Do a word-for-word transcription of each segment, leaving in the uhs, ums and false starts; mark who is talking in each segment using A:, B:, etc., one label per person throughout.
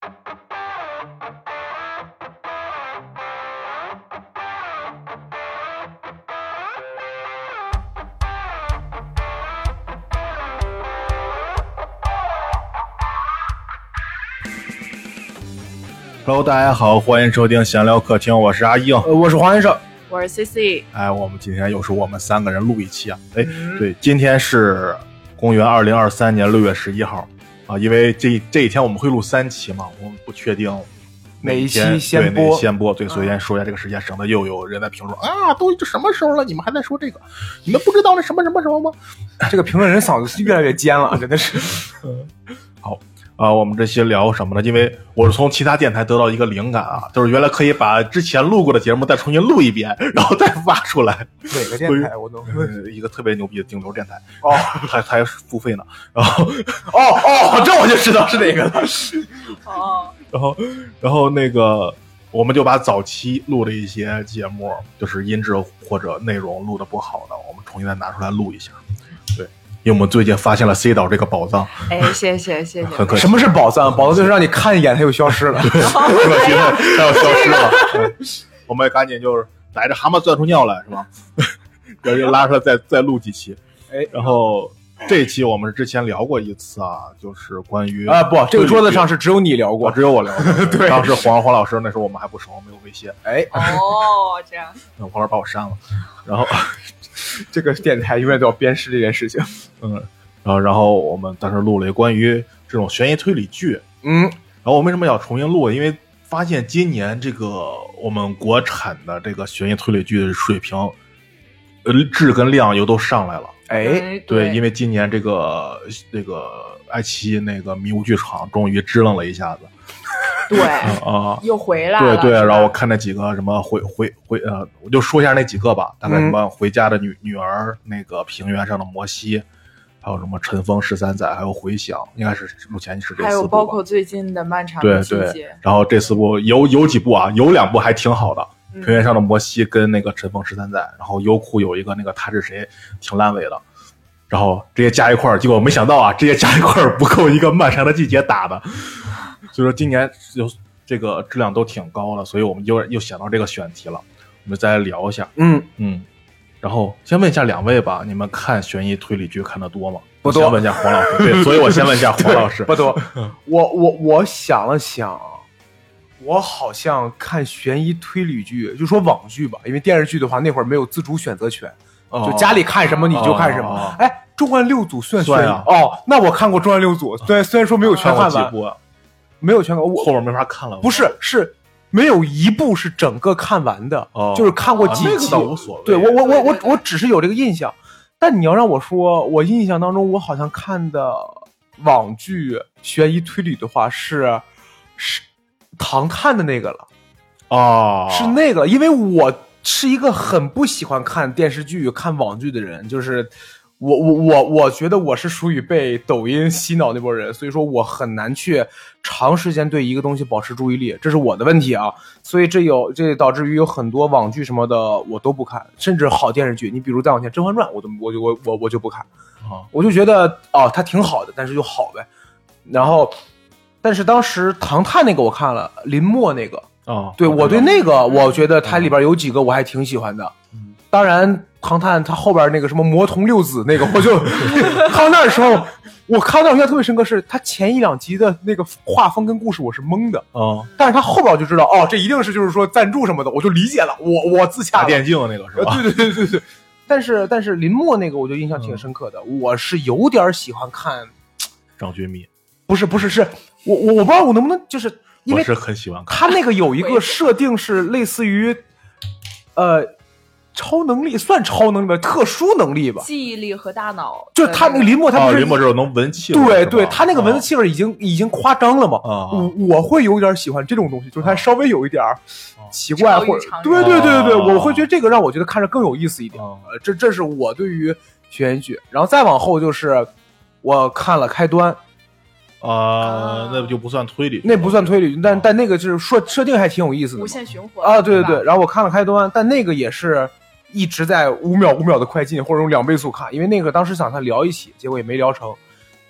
A: Hello， 大家好，欢迎收听闲聊客厅，我是阿硬，
B: 呃，我是黄先生，
C: 我是 C C。
A: 哎，我们今天又是我们三个人录一期啊。哎，嗯、对，今天是公元二零二三年六月十一号啊，因为这这一天我们会录三期嘛，我们不确定
B: 哪一期先播，
A: 对，哪先播，对，所以先说一下这个时间，省得又有人在评论啊，都这什么时候了，你们还在说这个，你们不知道那什么什么什么吗？
B: 这个评论人嗓子越来越尖了，真的是。
A: 好。啊、呃，我们这期聊什么呢？因为我是从其他电台得到一个灵感啊，就是原来可以把之前录过的节目再重新录一遍，然后再发出来。
B: 哪个电台？我都
A: 呃一个特别牛逼的顶流电台
B: 哦，
A: 还还付费呢。然后
B: 哦哦，这我就知道是哪个了。
C: 哦，
A: 然后然后那个我们就把早期录的一些节目，就是音质或者内容录的不好的，我们重新再拿出来录一下。对。因为我们最近发现了 C 岛这个宝藏，
C: 哎，谢谢谢谢。
A: 很可惜。
B: 什么是宝藏？宝藏就是让你看一眼，它又消失了，
A: 可惜它要消失了。嗯、我们赶紧就是逮着蛤蟆钻出尿来，是吧？给人拉出来再再录几期。
B: 哎，
A: 然后这一期我们之前聊过一次啊，就是关于
B: 啊不，这个桌子上是只有你聊过，
A: 只有我聊过。
B: 对，
A: 当时黄黄老师那时候我们还不熟，没有微信。
B: 哎，
C: 哦，这样。
A: 那黄老师把我删了，然后。
B: 这个电台永远都要鞭尸这件事情，
A: 嗯，然后然后我们当时录了一个关于这种悬疑推理剧，
B: 嗯，然
A: 后我为什么要重新录？因为发现今年这个我们国产的这个悬疑推理剧的水平，呃，质跟量又都上来了。
B: 哎，
C: 对，
A: 对，因为今年这个这个爱奇艺那个迷雾剧场终于支棱了一下子。
C: 对
A: 啊、嗯，
C: 又回来了。
A: 对对，然后我看那几个什么回回回呃，我就说一下那几个吧，大概什么回家的女、嗯、女儿，那个平原上的摩西，还有什么尘封十三载，还有回响，应该是目前是这四部吧。
C: 还有包括最近的漫长的季节。
A: 对对。然后这四部有有几部啊，有两部还挺好的，
C: 嗯、
A: 平原上的摩西跟那个尘封十三载，然后优酷有一个那个他是谁，挺烂尾的。然后这些加一块儿，结果没想到啊，这些加一块儿不够一个漫长的季节打的。所以说今年就这个质量都挺高的，所以我们又又想到这个选题了，我们再来聊一下。
B: 嗯
A: 嗯，然后先问一下两位吧，你们看悬疑推理剧看得多吗？
B: 不多。
A: 先问一下黄老师，对，所以我先问一下黄老师。
B: 不多。我我我想了想，我好像看悬疑推理剧，就说网剧吧，因为电视剧的话那会儿没有自主选择权，
A: 哦、
B: 就家里看什么你就看什么。
A: 哦、
B: 哎，重案六组算
A: 算啊？
B: 哦，那我看过重案六组，虽然虽然说没有全看完。
A: 部
B: 没有全看，我
A: 后面没法看了。
B: 不是，是没有一部是整个看完的，
A: 哦、
B: 就是看过几集，
A: 啊那个倒无所谓。
B: 对我我我我我只是有这个印象，但你要让我说，我印象当中我好像看的网剧悬疑推理的话是是唐探的那个了，
A: 哦，
B: 是那个，因为我是一个很不喜欢看电视剧、看网剧的人，就是。我我我我觉得我是属于被抖音洗脑那波人，所以说我很难去长时间对一个东西保持注意力，这是我的问题啊。所以这有这导致于有很多网剧什么的我都不看，甚至好电视剧，你比如再往前《甄嬛传》，我都我就我我我就不看，
A: 啊，
B: 我就觉得哦它挺好的，但是就好呗。然后，但是当时唐探那个我看了，林默那个
A: 哦，
B: 对我对那个我觉得它里边有几个我还挺喜欢的，
A: 嗯，
B: 当然。唐探他后边那个什么魔童六子那个，我就看那时候，我看到印象特别深刻，是他前一两集的那个画风跟故事我是懵的，
A: 哦，
B: 但是他后边我就知道，哦，这一定是就是说赞助什么的，我就理解了，我我自洽了。
A: 打电竞那个是吧？
B: 对对对对对。但是但是林默那个我就印象挺深刻的，嗯、我是有点喜欢看
A: 张军迷，
B: 不是不是是我我我不知道我能不能就是因为
A: 我是很喜欢看
B: 他那个有一个设定是类似于呃。超能力算超能力吧，特殊能力吧，
C: 记忆力和大脑。
B: 就他那个林默，他不是、
A: 哦、林默这种能闻气味，
B: 对对，他那个闻气味已经、哦、已经夸张了嘛。
A: 啊、
B: 我我会有点喜欢这种东西，就是它稍微有一点奇怪，
C: 哦、
B: 或者对对对对对，
A: 哦、
B: 我会觉得这个让我觉得看着更有意思一点。
A: 哦、
B: 呃，这这是我对于悬疑剧，然后再往后就是我看了开端。
A: 啊，那就不算推理，
B: 那不算推理，但但那个就是说设定还挺有意思的，
C: 无限循环
B: 啊，对对对。然后我看了开端，但那个也是一直在五秒五秒的快进，或者用两倍速看，因为那个当时想他聊一起，结果也没聊成。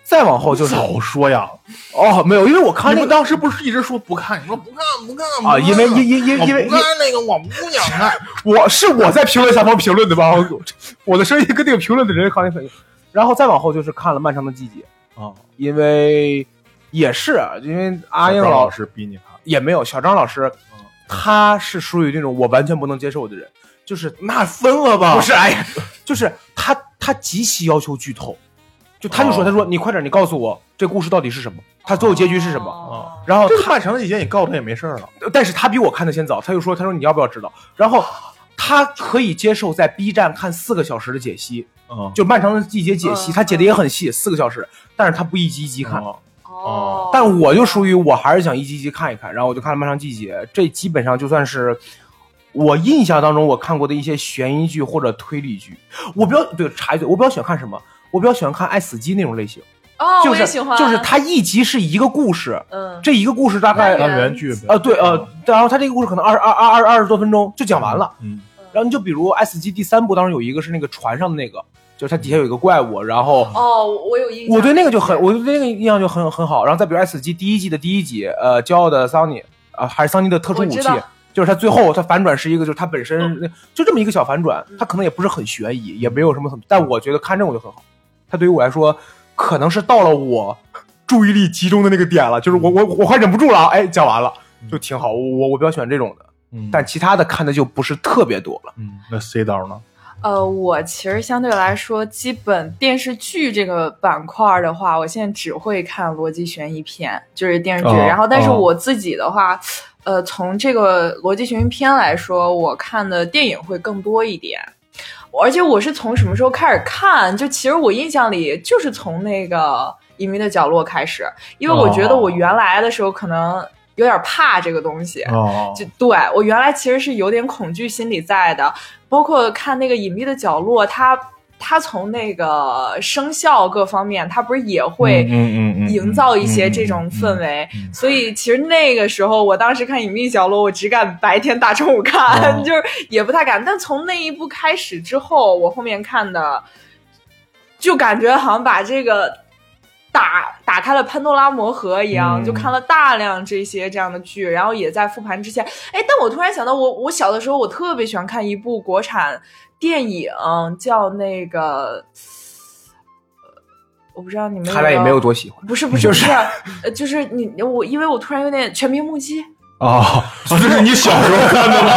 B: 再往后就是
A: 早说呀！
B: 哦，没有，因为我看那个
A: 你们当时不是一直说不看？你说不看不看不看
B: 啊，因为因因因因为
A: 我不看那个我不想看。
B: 我是我在评论下方评论的吧？我我的声音跟那个评论的人好像很。然后再往后就是看了《漫长的季节》
A: 啊，
B: 因为也是因为阿英
A: 老师逼你看，
B: 也没有小张老师，嗯、他是属于那种我完全不能接受的人，就是
A: 那分了吧？
B: 不是，哎呀，就是他他极其要求剧透。就他就说，他说你快点，你告诉我这故事到底是什么，他最后结局是什么。
A: 哦、
B: 然后
A: 他漫长的季节，你告诉他也没事了。
B: 但是他比我看的先早，他就说，他说你要不要知道？然后他可以接受在 B 站看四个小时的解析，
A: 嗯，
B: 就漫长的季节解析，他解的也很细，四个小时，但是他不一集一集看。
C: 哦，
B: 但我就属于我还是想一集一集看一看，然后我就看了漫长季节，这基本上就算是我印象当中我看过的一些悬疑剧或者推理剧。我比较对插一嘴，我比较喜欢看什么？我比较喜欢看爱死机那种类型，
C: 哦，
B: 就是
C: 我也喜欢，
B: 就是它一集是一个故事，
C: 嗯，
B: 这一个故事大概
A: 单元剧
B: 啊、呃，对呃，然后它这个故事可能二二二二二十多分钟就讲完了，
A: 嗯，
B: 然后你就比如爱死机第三部当中有一个是那个船上的那个，就是它底下有一个怪物，然后
C: 哦，我有印象，
B: 我对那个就很，我对那个印象就很很好。然后再比如爱死机第一季的第一集，呃，骄傲的桑尼啊、呃，还是桑尼的特殊武器。就是他最后他反转是一个，就是他本身、嗯、就这么一个小反转，他可能也不是很悬疑，也没有什么很，但我觉得看这种就很好。他对于我来说，可能是到了我注意力集中的那个点了，就是我我我快忍不住了，哎，讲完了就挺好。我我比较喜欢这种的，嗯，但其他的看的就不是特别多了。
A: 嗯，那 C 刀呢？
C: 呃，我其实相对来说，基本电视剧这个板块的话，我现在只会看逻辑悬疑片，就是电视剧。
A: 哦、
C: 然后，但是我自己的话。哦呃，从这个逻辑悬疑片来说，我看的电影会更多一点，而且我是从什么时候开始看？就其实我印象里就是从那个《隐秘的角落》开始，因为我觉得我原来的时候可能有点怕这个东西，
A: 哦、
C: 就对我原来其实是有点恐惧心理在的，包括看那个《隐秘的角落》，它。他从那个声效各方面，他不是也会营造一些这种氛围，所以其实那个时候我当时看《隐秘角落》，我只敢白天大中午看，哦、就是也不太敢。但从那一部开始之后，我后面看的就感觉好像把这个打打开了潘多拉魔盒一样，嗯、就看了大量这些这样的剧，然后也在复盘之前，哎，但我突然想到我，我我小的时候我特别喜欢看一部国产。电影叫那个，我不知道你们
B: 看来也没有多喜欢。
C: 不是不是
B: 就是
C: 不是，呃，就是你我，因为我突然有点全屏目击。
A: 哦，这是你小时候看的吗？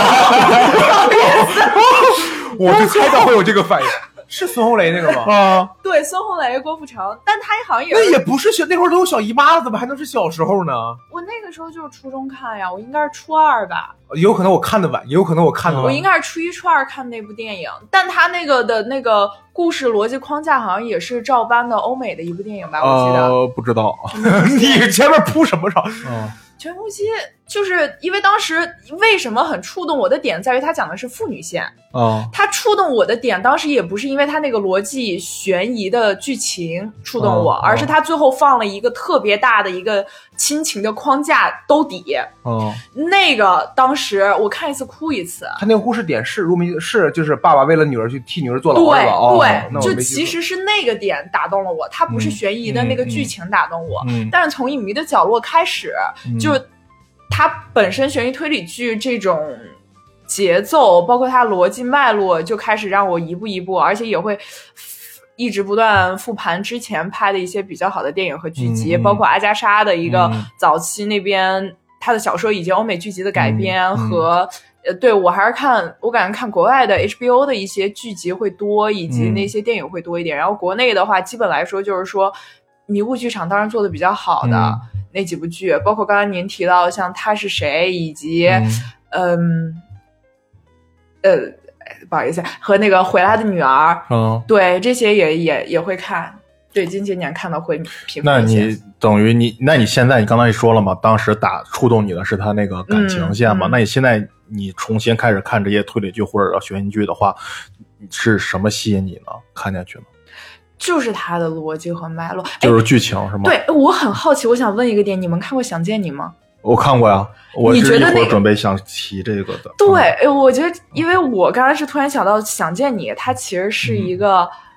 B: 我就猜到会有这个反应。是孙红雷那个吗？
A: 啊，
C: 对，孙红雷、郭富城，但他好像也
B: 那也不是小，那会儿都有小姨妈了，怎么还能是小时候呢？
C: 我那个时候就是初中看呀，我应该是初二吧。
B: 有可能我看的晚，也有可能我看的晚。
C: 我应该是初一、初二看那部电影，但他那个的那个故事逻辑框架好像也是照搬的欧美的一部电影吧？我记得。
A: 呃，不知道。
B: 你前面铺什么上？
A: 嗯。
C: 全呼吸就是因为当时为什么很触动我的点在于他讲的是妇女线
A: 哦，
C: 他触动我的点当时也不是因为他那个逻辑悬疑的剧情触动我、哦、而是他最后放了一个特别大的一个亲情的框架兜底
A: 哦，
C: 那个当时我看一次哭一次。
B: 他那个故事点是入迷是就是爸爸为了女儿去替女儿做牢
C: 对、
B: 哦、
C: 对，就其实是那个点打动了我，他不是悬疑的那个剧情打动我、
A: 嗯嗯、
C: 但是从隐秘的角落开始、嗯、就它本身悬疑推理剧这种节奏包括它逻辑脉络就开始让我一步一步，而且也会一直不断复盘之前拍的一些比较好的电影和剧集、嗯、包括阿加莎的一个早期那边他的小说以及欧美剧集的改编、嗯、和呃，对我还是看我感觉看国外的 H B O 的一些剧集会多以及那些电影会多一点、嗯、然后国内的话基本来说就是说迷雾剧场当然做的比较好的、嗯那几部剧包括刚刚您提到像他是谁以及嗯呃不好意思和那个回来的女儿
A: 嗯，
C: 对这些也也也会看，对近些年看的会频
A: 繁一些。那你等于你那你现在你刚才也说了嘛，当时打触动你的是他那个感情线嘛、嗯嗯、那你现在你重新开始看这些推理剧或者悬疑剧的话是什么吸引你呢看下去呢？
C: 就是它的逻辑和脉络，
A: 就是剧情是吗？
C: 对，我很好奇，我想问一个点，你们看过《想见你》吗？
A: 我看过呀，我是一会儿准备想提这个的。
C: 那个、对、嗯，我觉得，因为我刚才是突然想到《想见你》，它其实是一个，嗯、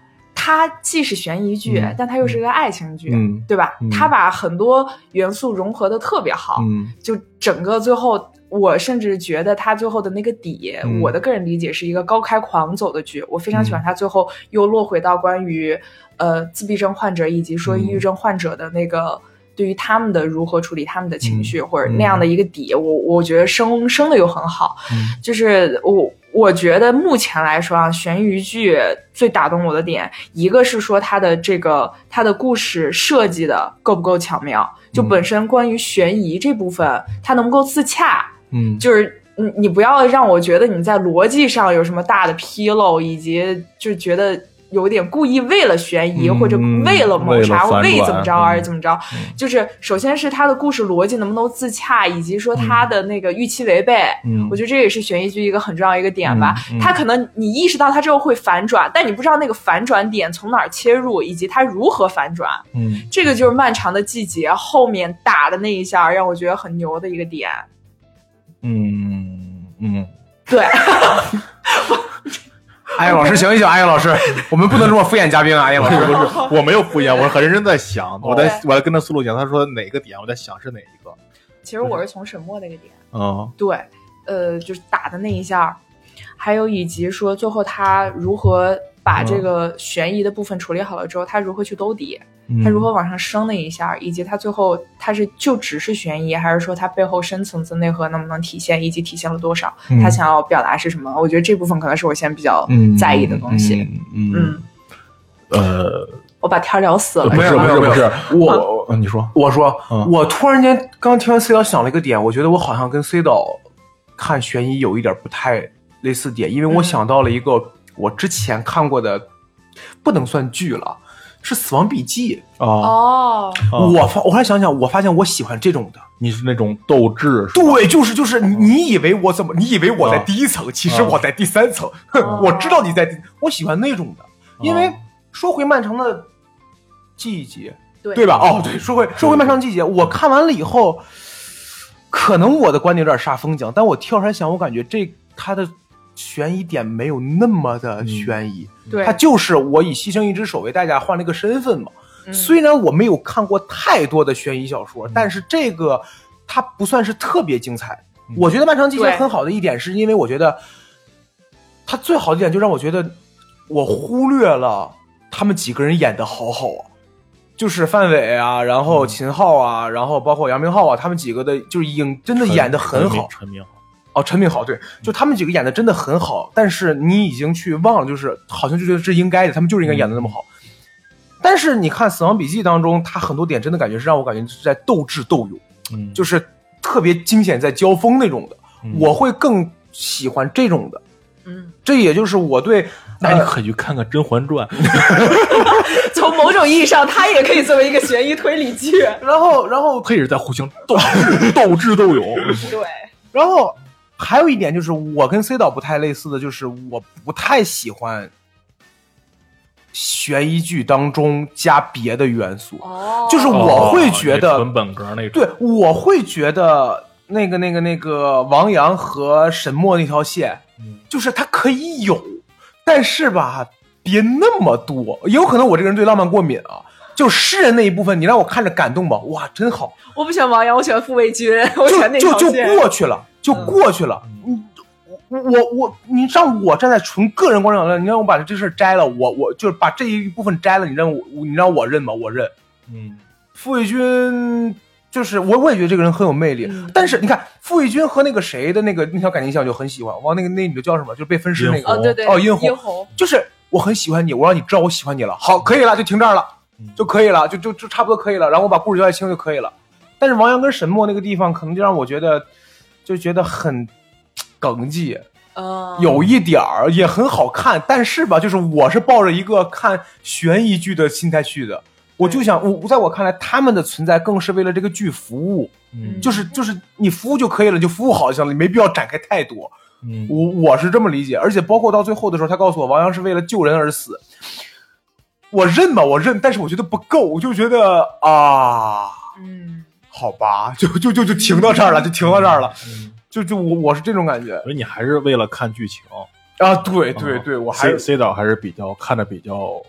C: 它既是悬疑剧，
A: 嗯、
C: 但它又是个爱情剧，
A: 嗯，
C: 对吧？
A: 嗯、
C: 它把很多元素融合的特别好，
A: 嗯，
C: 就整个最后，我甚至觉得它最后的那个底，
A: 嗯、
C: 我的个人理解是一个高开狂走的剧，我非常喜欢它最后又落回到关于呃自闭症患者以及说抑郁症患者的那个。对于他们的如何处理他们的情绪、嗯、或者那样的一个底，我我觉得生生的又很好，
A: 嗯、
C: 就是我我觉得目前来说啊，悬疑剧最打动我的点，一个是说它的这个它的故事设计的够不够巧妙，就本身关于悬疑这部分，嗯、它能不够自洽，
A: 嗯，
C: 就是你你不要让我觉得你在逻辑上有什么大的纰漏，以及就觉得。有点故意为了悬疑、嗯、或者为了谋杀或为怎么着而怎么着、
A: 嗯、
C: 就是首先是他的故事逻辑能不能自洽，以及说他的那个预期违背、
A: 嗯、
C: 我觉得这也是悬疑剧一个很重要一个点吧、
A: 嗯嗯、
C: 他可能你意识到他之后会反转，但你不知道那个反转点从哪儿切入以及他如何反转，
A: 嗯，
C: 这个就是漫长的季节后面打的那一下让我觉得很牛的一个点。
A: 嗯嗯，
C: 对
B: 哎呀，老师，醒一醒！哎呀，老师，我们不能这么敷衍嘉宾啊！哎呀，老师，
A: 不是，我没有敷衍，我是很认真在想，我在我在跟他思路讲，他说哪个点，我在想是哪一个。
C: 其实我是从沈墨那个点，
A: 嗯，
C: 对，呃，就是打的那一下，还有以及说最后他如何把这个悬疑的部分处理好了之后，他如何去兜底。他如何往上升那一下，以及他最后他是就只是悬疑，还是说他背后深层次内核能不能体现，以及体现了多少，
A: 嗯、
C: 他想要表达是什么？我觉得这部分可能是我现在比较在意的东西。
A: 嗯，嗯嗯呃，
C: 我把天聊死了。
A: 不是不是不是，
B: 我、
A: 啊、你说，
B: 我说，
A: 嗯、
B: 我突然间刚听完 C 导想了一个点，我觉得我好像跟 C 导看悬疑有一点不太类似点，因为我想到了一个我之前看过的，不能算剧了。是《死亡笔记》
C: 哦，
B: 我发我后来想想，我发现我喜欢这种的。
A: 你是那种斗志，
B: 对，就是就是，你以为我怎么？你以为我在第一层，其实我在第三层。
C: 哦、
B: 我知道你在第，我喜欢那种的，因为说回漫长的季节，
C: 对
B: 对吧？哦，对，说回说回漫长季节，我看完了以后，可能我的观点有点煞风景，但我跳出来想，我感觉这他的。悬疑点没有那么的悬疑，
C: 嗯、对，
B: 它就是我以牺牲一只手为代价换了一个身份嘛。
C: 嗯、
B: 虽然我没有看过太多的悬疑小说，
A: 嗯、
B: 但是这个它不算是特别精彩。嗯、我觉得《漫长季节》很好的一点，是因为我觉得它最好的一点就让我觉得我忽略了他们几个人演的好好啊，就是范伟啊，然后秦昊啊，嗯、然后包括杨明昊啊，他们几个的就是影真的演的很好。
A: 陈明昊。
B: 哦，陈明昊对，就他们几个演的真的很好，但是你已经去忘了，就是好像就觉得这应该的，他们就是应该演的那么好。嗯、但是你看《死亡笔记》当中，他很多点真的感觉是让我感觉是在斗智斗勇，
A: 嗯，
B: 就是特别惊险在交锋那种的，
A: 嗯、
B: 我会更喜欢这种的。
C: 嗯，
B: 这也就是我对，
A: 那你可以去看看《甄嬛传》。
C: 从某种意义上，它也可以作为一个悬疑推理剧。
B: 然后，然后
A: 可以是在互相斗智斗智斗勇。
C: 对，
B: 然后。还有一点就是我跟 C 导不太类似的就是我不太喜欢悬疑剧当中加别的元素，
C: 哦，
B: 就是我会觉得
A: 纯本格那种，
B: 对，我会觉得那个那个那个王阳和沈墨那条线，
A: 嗯，
B: 就是它可以有，但是吧别那么多，也有可能我这个人对浪漫过敏啊。就诗人那一部分，你让我看着感动吧，哇，真好！
C: 我不喜欢王阳，我喜欢傅卫军，我喜欢那条
B: 线，就就就过去了，就过去了。嗯，我我我，你让我站在纯个人观点上，你让我把这事摘了，我我就是把这一部分摘了，你让我你让我认吗？我认。
A: 嗯，
B: 傅卫军就是我，我也觉得这个人很有魅力。
C: 嗯、
B: 但是你看，傅卫军和那个谁的那个那条感情线，我就很喜欢。忘那个那女的叫什么？就是被分尸那个。
C: 哦，对对。
B: 哦，殷
C: 红。
B: 红。就是我很喜欢你，我让你知道我喜欢你了。好，可以了，就停这儿了。就可以了，就就就差不多可以了，然后我把故事交代清就可以了。但是王阳跟沈墨那个地方，可能就让我觉得，就觉得很耿寂，
C: 呃，
B: 有一点儿也很好看，但是吧，就是我是抱着一个看悬疑剧的心态去的，我就想，我在我看来，他们的存在更是为了这个剧服务，
A: 嗯，
B: 就是就是你服务就可以了，就服务好就行了，你没必要展开太多。
A: 嗯，
B: 我我是这么理解，而且包括到最后的时候，他告诉我王阳是为了救人而死。我认吧，我认，但是我觉得不够，我就觉得啊，
C: 嗯，
B: 好吧，就就就就停到这儿了，就停到这儿了，
A: 嗯，
B: 就就我我是这种感觉。
A: 所以你还是为了看剧情
B: 啊？对对对，我还是
A: C 导还是比较看的比较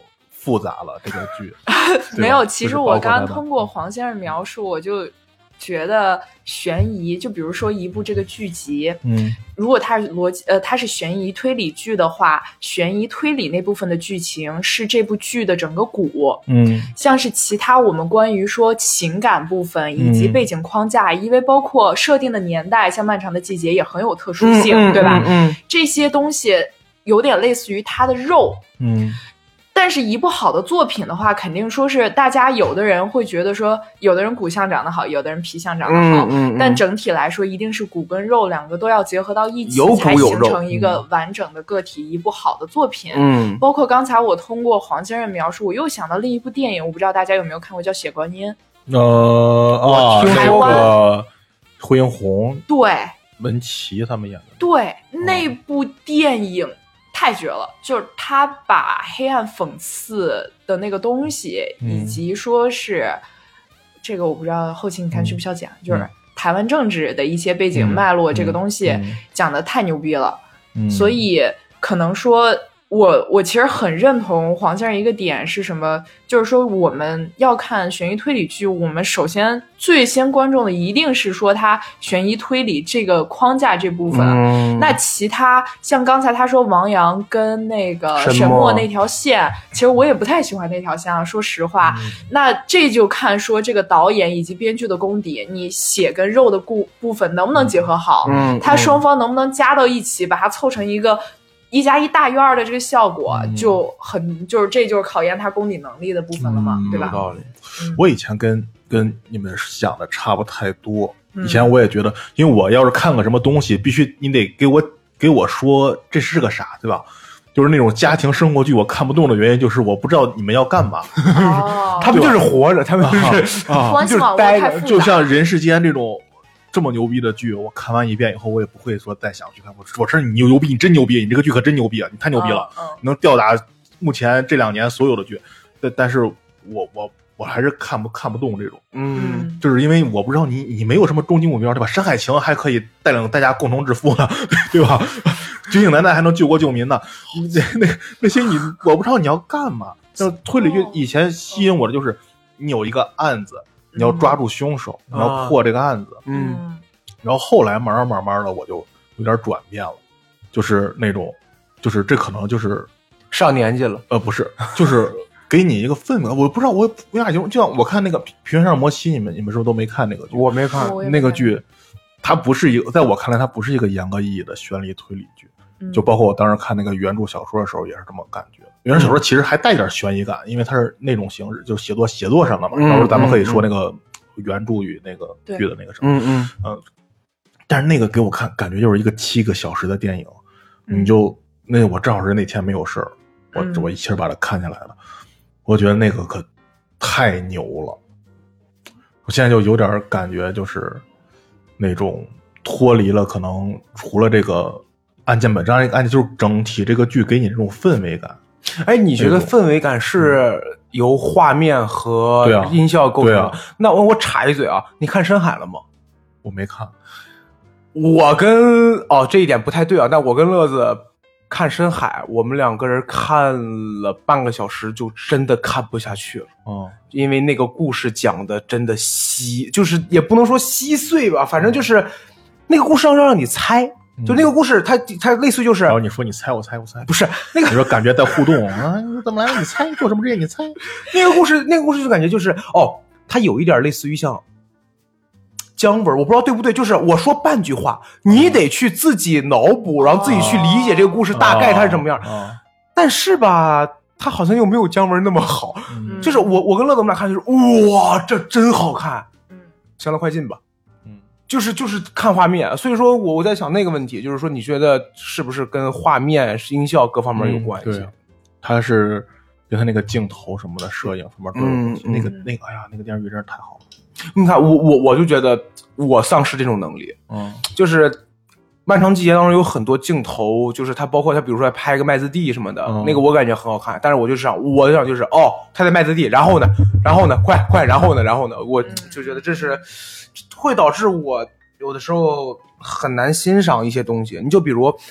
A: 复杂了，这个剧
C: 没有。其实我刚
A: 刚
C: 通过黄先生描述，我就觉得悬疑，就比如说一部这个剧集，
A: 嗯，
C: 如果它是逻辑呃它是悬疑推理剧的话，悬疑推理那部分的剧情是这部剧的整个骨，
A: 嗯，
C: 像是其他我们关于说情感部分以及背景框架，嗯、因为包括设定的年代，像漫长的季节也很有特殊性，
B: 嗯、
C: 对吧？
B: 嗯, 嗯，
C: 这些东西有点类似于它的肉，
A: 嗯。
C: 但是一部好的作品的话，肯定说是大家有的人会觉得说，有的人骨相长得好，有的人皮相长得好，
B: 嗯嗯嗯、
C: 但整体来说一定是骨跟肉两个都要结合到一起，才形成一个完整的个体，一部好的作品。
B: 嗯，
C: 包括刚才我通过黄先生描述，我又想到另一部电影，我不知道大家有没有看过，叫《血观音》。
A: 呃啊，
C: 台湾
A: 那个惠英红、
C: 对
A: 文琪他们演的，
C: 对、嗯、那部电影。太绝了，就是他把黑暗讽刺的那个东西，
A: 嗯、
C: 以及说是这个我不知道后期你看需不需要讲，嗯、就是台湾政治的一些背景脉络，这个东西讲的太牛逼了，
A: 嗯、
C: 所以可能说我我其实很认同黄先生一个点是什么，就是说我们要看悬疑推理剧，我们首先最先关注的一定是说它悬疑推理这个框架这部分，
B: 嗯、
C: 那其他像刚才他说王阳跟那个沈墨那条线，其实我也不太喜欢那条线啊，说实话，
A: 嗯、
C: 那这就看说这个导演以及编剧的功底，你血跟肉的部部分能不能结合好，
B: 嗯，
C: 他双方能不能加到一起，把它凑成一个一加一大于二的这个效果，
A: 嗯、
C: 就很就是这就是考验他功底能力的部分了嘛，
A: 嗯、
C: 对吧？
A: 有道理。
C: 嗯、
A: 我以前跟跟你们想的差不太多，
C: 嗯、
A: 以前我也觉得，因为我要是看个什么东西，必须你得给我给我说这是个啥，对吧？就是那种家庭生活剧，我看不懂的原因就是我不知道你们要干嘛。
C: 哦、
B: 他们就是活着，他们就是
A: 啊，
C: 关系网络太复杂，
A: 就像人世间这种。这么牛逼的剧，我看完一遍以后，我也不会说再想去看。我我说你牛逼，你真牛逼，你这个剧可真牛逼啊，你太牛逼了，
C: 嗯嗯、
A: 能吊打目前这两年所有的剧。但但是我我我还是看不看不懂这种，
B: 嗯，
A: 就是因为我不知道你你没有什么终极目标，对吧？山海情还可以带领大家共同致富呢，对吧？军警难难还能救国救民呢，那那那些你我不知道你要干嘛。就推理剧以前吸引我的就是你有一个案子。你要抓住凶手，
B: 嗯、
A: 你要破这个案子，
B: 嗯，
A: 然后后来慢慢慢慢的我就有点转变了，就是那种，就是这可能就是
B: 上年纪了，
A: 呃，不是，就是给你一个氛围，我不知道我为啥就像我看那个《平原上摩西》，你们你们是不是都没看那个剧？
B: 我没看
A: 那个剧，它不是一个，在我看来它不是一个严格意义的悬疑推理剧，嗯、就包括我当时看那个原著小说的时候也是这么感觉。原著小说其实还带点悬疑感，因为它是那种形式，就是写作写作上的嘛。到时候咱们可以说那个原著与那个剧的那个什么，
B: 嗯嗯
A: 嗯。但是那个给我看感觉就是一个七个小时的电影，嗯、你就那我正好是那天没有事儿，我、嗯、我一气儿把它看下来了。我觉得那个可太牛了，我现在就有点感觉就是那种脱离了可能除了这个。案件本身，案件就是整体这个剧给你这种氛围感。
B: 哎，你觉得氛围感是由画面和音效构成的？
A: 对啊对啊、
B: 那我我插一嘴啊，你看《深海》了吗？
A: 我没看。
B: 我跟哦这一点不太对啊，但我跟乐子看《深海》，我们两个人看了半个小时，就真的看不下去了。
A: 哦，
B: 因为那个故事讲的真的稀，就是也不能说稀碎吧，反正就是那个故事要让你猜。就那个故事，它它类似就是，
A: 然后你说你猜我猜我猜，
B: 不是那个，
A: 你说感觉在互动啊，怎么来了？你猜做什么这些？你猜
B: 那个故事，那个故事就感觉就是哦，它有一点类似于像姜文，我不知道对不对，就是我说半句话，你得去自己脑补，然后自己去理解这个故事大概它是什么样。
A: 哦哦、
B: 但是吧，它好像又没有姜文那么好。
A: 嗯、
B: 就是我我跟乐子我们俩看就是哇，这真好看。
C: 嗯，
B: 行了，快进吧。就是就是看画面，所以说我我在想那个问题，就是说你觉得是不是跟画面、音效各方面有关系？
A: 嗯、对，它是跟他那个镜头什么的摄影什么都有关系。
B: 嗯、
A: 那个那个，哎呀，那个电视剧真是太好了。
B: 你看，我我我就觉得我丧失这种能力。
A: 嗯，
B: 就是漫长季节当中有很多镜头，就是他包括他比如说拍个麦子地什么的，
A: 嗯、
B: 那个我感觉很好看。但是我就想，我想就是哦，他在麦子地，然后呢，然后呢，快快，然后呢，然后呢，我就觉得这是。会导致我有的时候很难欣赏一些东西。你就比如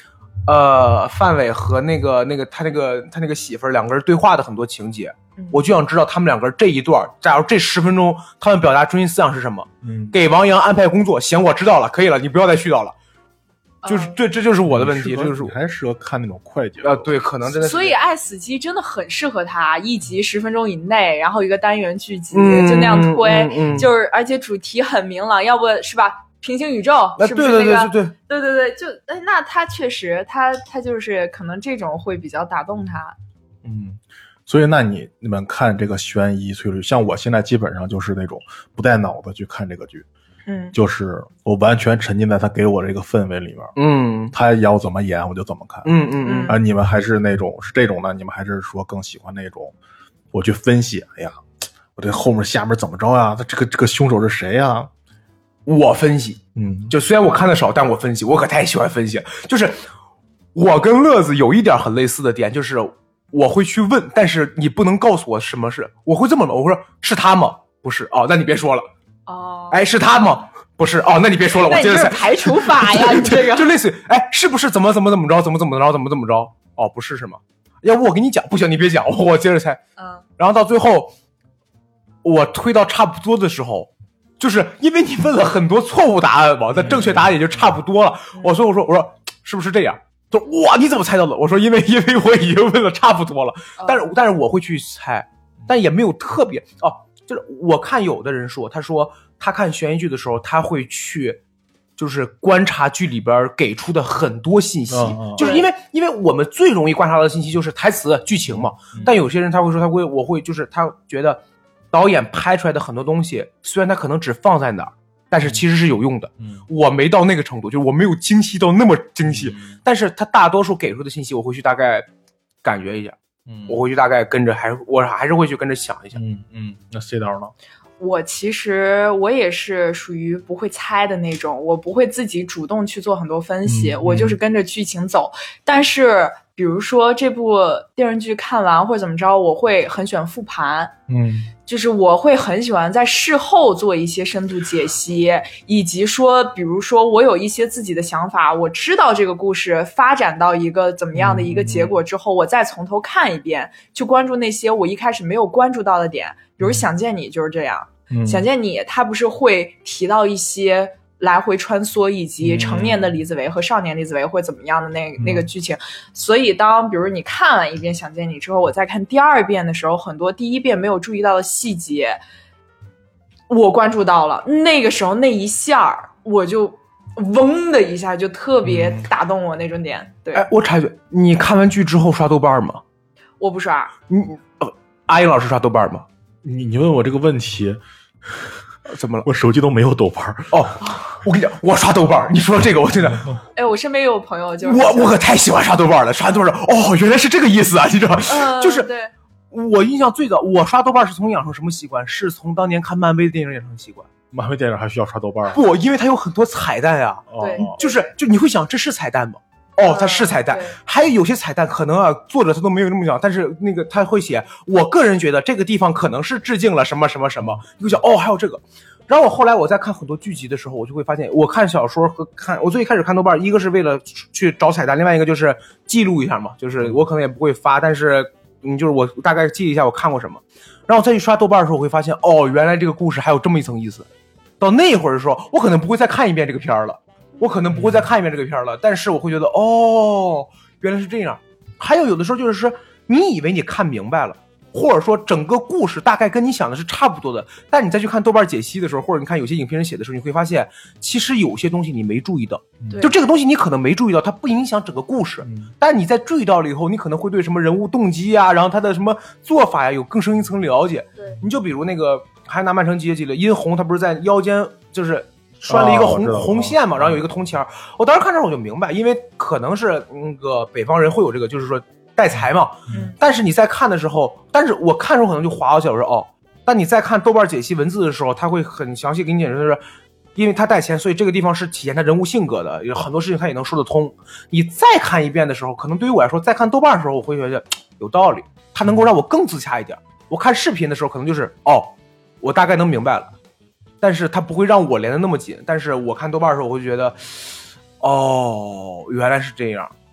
B: 呃，范伟和那个那个他那个他那个媳妇儿两个人对话的很多情节，嗯、我就想知道他们两个人这一段，假如这十分钟他们表达中心思想是什么？嗯，给王阳安排工作，行，我知道了，可以了，你不要再絮叨了。就是这，这就是我的问题，这就是
A: 还适合看那种快节
B: 啊，对，可能真的是。
C: 所以《爱死机》真的很适合他，一集十分钟以内，然后一个单元剧集、嗯、就那样推，嗯嗯嗯、就是而且主题很明朗，要不是吧？平行宇宙是不是那个？
B: 对对对对
C: 对对对，就那他确实，他他就是可能这种会比较打动他。
A: 嗯，所以那你你们看这个悬疑推理，像我现在基本上就是那种不带脑子去看这个剧。
C: 嗯，
A: 就是我完全沉浸在他给我的这个氛围里面，
B: 嗯，
A: 他要怎么演我就怎么看，
B: 嗯嗯嗯。
A: 而你们还是那种是这种的，你们还是说更喜欢那种我去分析，哎呀，我这后面下面怎么着呀？他这个这个凶手是谁呀？
B: 我分析，
A: 嗯，
B: 就虽然我看的少，但我分析，我可太喜欢分析了。就是我跟乐子有一点很类似的点，就是我会去问，但是你不能告诉我什么是，我会这么问，我会说是他吗？不是，哦，那你别说了。
C: 哦，
B: 哎，是他吗？不是，哦，那你别说了，我接着猜。
C: 排除法呀，你这个
B: 就类似于，哎，是不是怎么怎么怎么着，怎么怎么着，怎么怎么着？哦，不是是吗？要不我跟你讲，不行，你别讲，我我接着猜。
C: 嗯。
B: 然后到最后，我推到差不多的时候，就是因为你问了很多错误答案嘛，那正确答案也就差不多了。
C: 嗯、
B: 我说我说我说是不是这样？他说哇，你怎么猜到的？我说因为因为我已经问了差不多了，
C: 嗯、
B: 但是但是我会去猜，但也没有特别哦。就是我看有的人说，他说他看悬疑剧的时候，他会去就是观察剧里边给出的很多信息，
A: 嗯嗯、
B: 就是因为因为我们最容易观察到的信息就是台词、剧情嘛。
A: 嗯、
B: 但有些人他会说，他会我会就是他觉得导演拍出来的很多东西，虽然他可能只放在哪儿，但是其实是有用的。
A: 嗯、
B: 我没到那个程度，就是我没有精细到那么精细，
A: 嗯、
B: 但是他大多数给出的信息，我会去大概感觉一下。
A: 嗯，
B: 我会去大概跟着，还是我还是会去跟着想一下。
A: 嗯嗯，那 C 导呢？
C: 我其实我也是属于不会猜的那种，我不会自己主动去做很多分析，
A: 嗯、
C: 我就是跟着剧情走。但是比如说这部电视剧看完或者怎么着，我会很喜欢复盘。
A: 嗯，
C: 就是我会很喜欢在事后做一些深度解析，以及说比如说我有一些自己的想法，我知道这个故事发展到一个怎么样的一个结果之后，我再从头看一遍，去关注那些我一开始没有关注到的点。比如想见你就是这样，
A: 嗯、
C: 想见你他不是会提到一些来回穿梭以及成年的李子维和少年李子维会怎么样的那、嗯、那个剧情。所以当比如你看完一遍想见你之后，我再看第二遍的时候，很多第一遍没有注意到的细节我关注到了，那个时候那一下我就嗡的一下就特别打动我那种点。对，
B: 哎，我插一句，你看完剧之后刷豆瓣吗？
C: 我不刷。
B: 你呃，阿英老师刷豆瓣吗？
A: 你你问我这个问题
B: 怎么了？
A: 我手机都没有豆瓣
B: 哦。我跟你讲，我刷豆瓣，你说这个我真的，
C: 哎，我身边有朋友就是
B: 我我可太喜欢刷豆瓣了，刷豆瓣哦，原来是这个意思啊，你知道？
C: 呃、
B: 就是
C: 对。
B: 我印象最早，我刷豆瓣是从养成什么习惯？是从当年看漫威的电影养成习惯。
A: 漫威电影还需要刷豆瓣？
B: 不，因为它有很多彩蛋呀、
C: 啊。对，
B: 就是就你会想这是彩蛋吗？哦，它是彩蛋。
C: 嗯、
B: 还有有些彩蛋可能啊，作者他都没有那么讲，但是那个他会写，我个人觉得这个地方可能是致敬了什么什么什么。你会想哦，还有这个。然后我后来我在看很多剧集的时候，我就会发现，我看小说和看我最开始看豆瓣，一个是为了去找彩蛋，另外一个就是记录一下嘛，就是我可能也不会发，但是你就是我大概记一下我看过什么。然后再去刷豆瓣的时候，我会发现哦，原来这个故事还有这么一层意思。到那会儿的时候，我可能不会再看一遍这个片儿了，我可能不会再看一遍这个片儿了，但是我会觉得哦，原来是这样。还有有的时候就是说，你以为你看明白了，或者说整个故事大概跟你想的是差不多的，但你再去看豆瓣解析的时候，或者你看有些影评人写的时候，你会发现其实有些东西你没注意到，就这个东西你可能没注意到，它不影响整个故事，但你在注意到了以后，你可能会对什么人物动机啊，然后他的什么做法呀有更深一层了解。
C: 对，
B: 你就比如那个还拿曼城集结记了，殷红他不是在腰间就是拴了一个红、哦、红线嘛，然后有一个铜钱，我当时看这我就明白，因为可能是那个北方人会有这个，就是说带财嘛。
C: 嗯。
B: 但是你在看的时候，但是我看的时候可能就划过去了，我说哦。但你在看豆瓣解析文字的时候，他会很详细给你解释，就是因为他带钱，所以这个地方是体现他人物性格的，有很多事情他也能说得通。你再看一遍的时候，可能对于我来说，再看豆瓣的时候，我会觉得有道理，它能够让我更自洽一点。我看视频的时候，可能就是哦，我大概能明白了。但是它不会让我连得那么紧，但是我看豆瓣的时候，我会觉得，哦，原来是这样。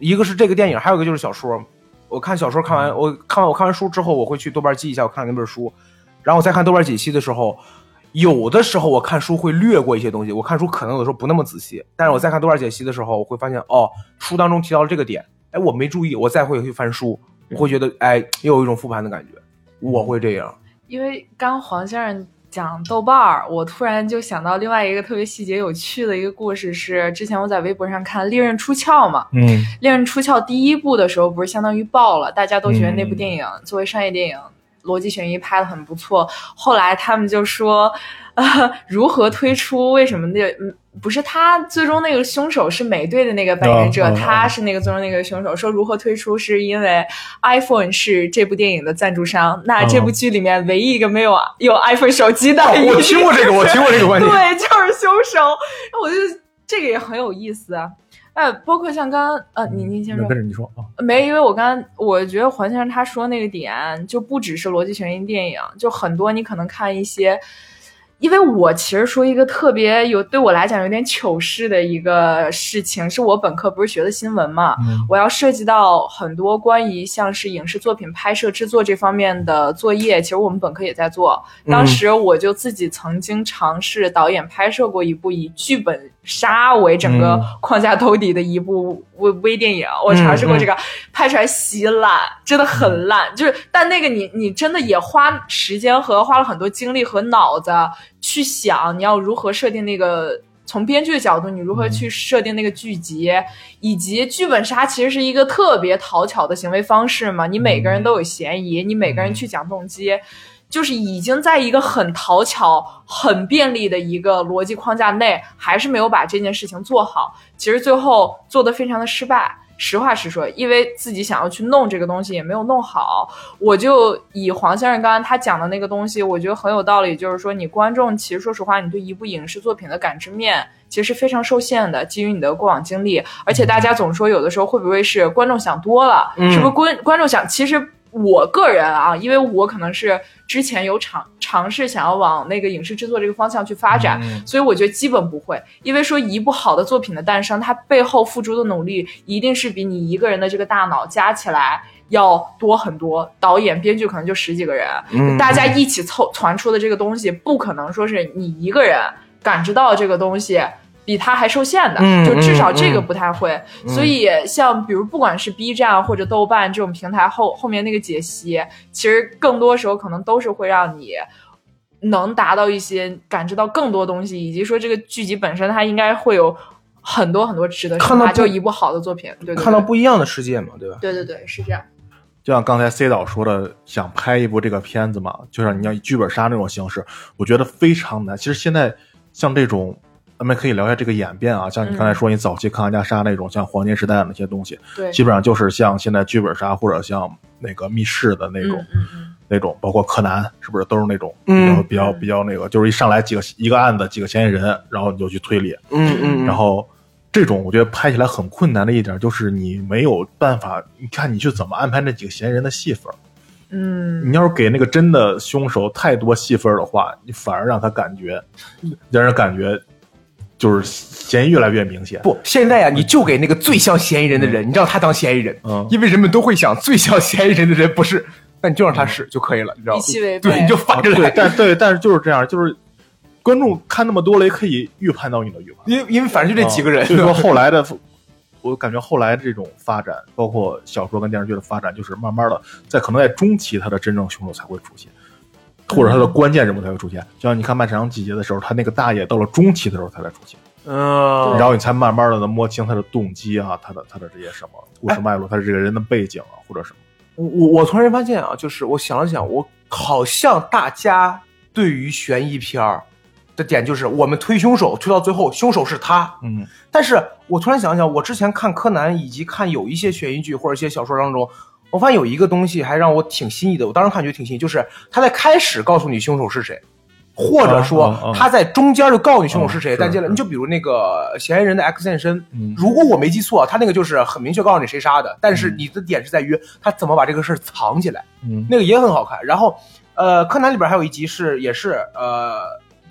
B: 一个是这个电影，还有一个就是小说。我看小说看完，我看完我看完书之后，我会去豆瓣记一下我看那本书，然后我再看豆瓣解析的时候，有的时候我看书会略过一些东西，我看书可能有的时候不那么仔细，但是我在看豆瓣解析的时候，我会发现哦，书当中提到了这个点，哎，我没注意，我再会去翻书，我会觉得哎，又有一种复盘的感觉，我会这样。
C: 因为刚黄先生讲豆瓣儿，我突然就想到另外一个特别细节有趣的一个故事，是之前我在微博上看《利刃出鞘》嘛，嗯，《利刃出鞘》第一部的时候不是相当于爆了，大家都觉得那部电影、嗯、作为商业电影，逻辑悬疑拍得很不错。后来他们就说，呃，如何推出？为什么那不是他最终那个凶手是美队的那个扮演者， oh, oh, oh. 他是那个最终那个凶手？说如何推出，是因为 iPhone 是这部电影的赞助商。那这部剧里面唯一一个没有有 iPhone 手机的，
B: oh, 我听过这个，我听过这个观点，
C: 对，就是凶手。我觉得这个也很有意思啊。呃，包括像刚刚呃，你你先说，
A: 跟着你说啊，
C: 没，因为我刚刚我觉得黄先生他说那个点就不只是逻辑悬疑电影，就很多你可能看一些。因为我其实说一个特别有对我来讲有点糗事的一个事情，是我本科不是学的新闻嘛、嗯、我要涉及到很多关于像是影视作品拍摄制作这方面的作业，其实我们本科也在做。当时我就自己曾经尝试导演拍摄过一部以剧本杀为整个框架兜底的一部微微电影，我尝试过这个、嗯嗯、拍出来稀烂，真的很烂，就是但那个你你真的也花时间和花了很多精力和脑子去想你要如何设定那个，从编剧的角度你如何去设定那个剧集、嗯、以及剧本杀其实是一个特别讨巧的行为方式嘛，你每个人都有嫌疑、嗯、你每个人去讲动机、嗯、就是已经在一个很讨巧很便利的一个逻辑框架内，还是没有把这件事情做好，其实最后做得非常的失败。实话实说，因为自己想要去弄这个东西也没有弄好，我就以黄先生刚刚他讲的那个东西，我觉得很有道理，就是说你观众其实说实话，你对一部影视作品的感知面其实是非常受限的，基于你的过往经历，而且大家总说有的时候会不会是观众想多了、嗯、是不是观观众想，其实我个人啊，因为我可能是之前有尝尝试想要往那个影视制作这个方向去发展、嗯、所以我觉得基本不会，因为说一部好的作品的诞生，它背后付出的努力一定是比你一个人的这个大脑加起来要多很多，导演编剧可能就十几个人、嗯、大家一起凑传出的这个东西，不可能说是你一个人感知到这个东西比他还受限的、嗯、就至少这个不太会、嗯、所以像比如不管是 B 站或者豆瓣这种平台后后面那个解析，其实更多时候可能都是会让你能达到一些感知到更多东西，以及说这个剧集本身它应该会有很多很多值得看到，就一部好的作品，对对对，
B: 看到不一样的世界嘛，对吧？
C: 对对对，是这样。
A: 就像刚才 C 导说的，想拍一部这个片子嘛，就像你要以剧本杀那种形式，我觉得非常难。其实现在像这种咱们可以聊一下这个演变啊，像你刚才说你早期康安家杀那种、嗯、像黄金时代的那些东西，对，基本上就是像现在剧本杀或者像那个密室的那种、嗯嗯、那种，包括柯南是不是都是那种比较、嗯、比较比较那个，就是一上来几个一个案子几个嫌疑人，然后你就去推理，
B: 嗯嗯，
A: 然后这种我觉得拍起来很困难的一点就是你没有办法，你看你去怎么安排那几个嫌疑人的戏份，
C: 嗯，
A: 你要是给那个真的凶手太多戏份的话，你反而让他感觉让人感觉就是嫌疑越来越明显。
B: 不，现在呀、啊，你就给那个最像嫌疑人的人，嗯、你让他当嫌疑人，嗯，因为人们都会想最像嫌疑人的人不是，那你就让他是、嗯、就可以了，你知道吗？对，你就反着来。
A: 对，但对，但是就是这样，就是观众看那么多了，也可以预判到你的预判，
B: 因为因为反正就这几个人。
A: 所以说后来的，我感觉后来这种发展，包括小说跟电视剧的发展，就是慢慢的在可能在中期，他的真正凶手才会出现。或者他的关键人物才会出现，就像你看漫长季节的时候，他那个大爷到了中期的时候才来出现，
B: 嗯，
A: 然后你才慢慢的能摸清他的动机啊，他的他的这些什么故事脉络，他的这个人的背景啊，或者什么。
B: 我我突然发现啊，就是我想了想，我好像大家对于悬疑片儿的点就是我们推凶手，推到最后凶手是他，
A: 嗯，
B: 但是我突然想想，我之前看柯南以及看有一些悬疑剧或者一些小说当中。我发现有一个东西还让我挺新意的，我当时看觉得挺新意，就是他在开始告诉你凶手是谁，或者说他在中间就告诉你凶手是谁，但接着你就比如那个嫌疑人的 X 现身，如果我没记错，他那个就是很明确告诉你谁杀的，但是你的点是在于他怎么把这个事藏起来，那个也很好看。然后呃，柯南里边还有一集是也是呃。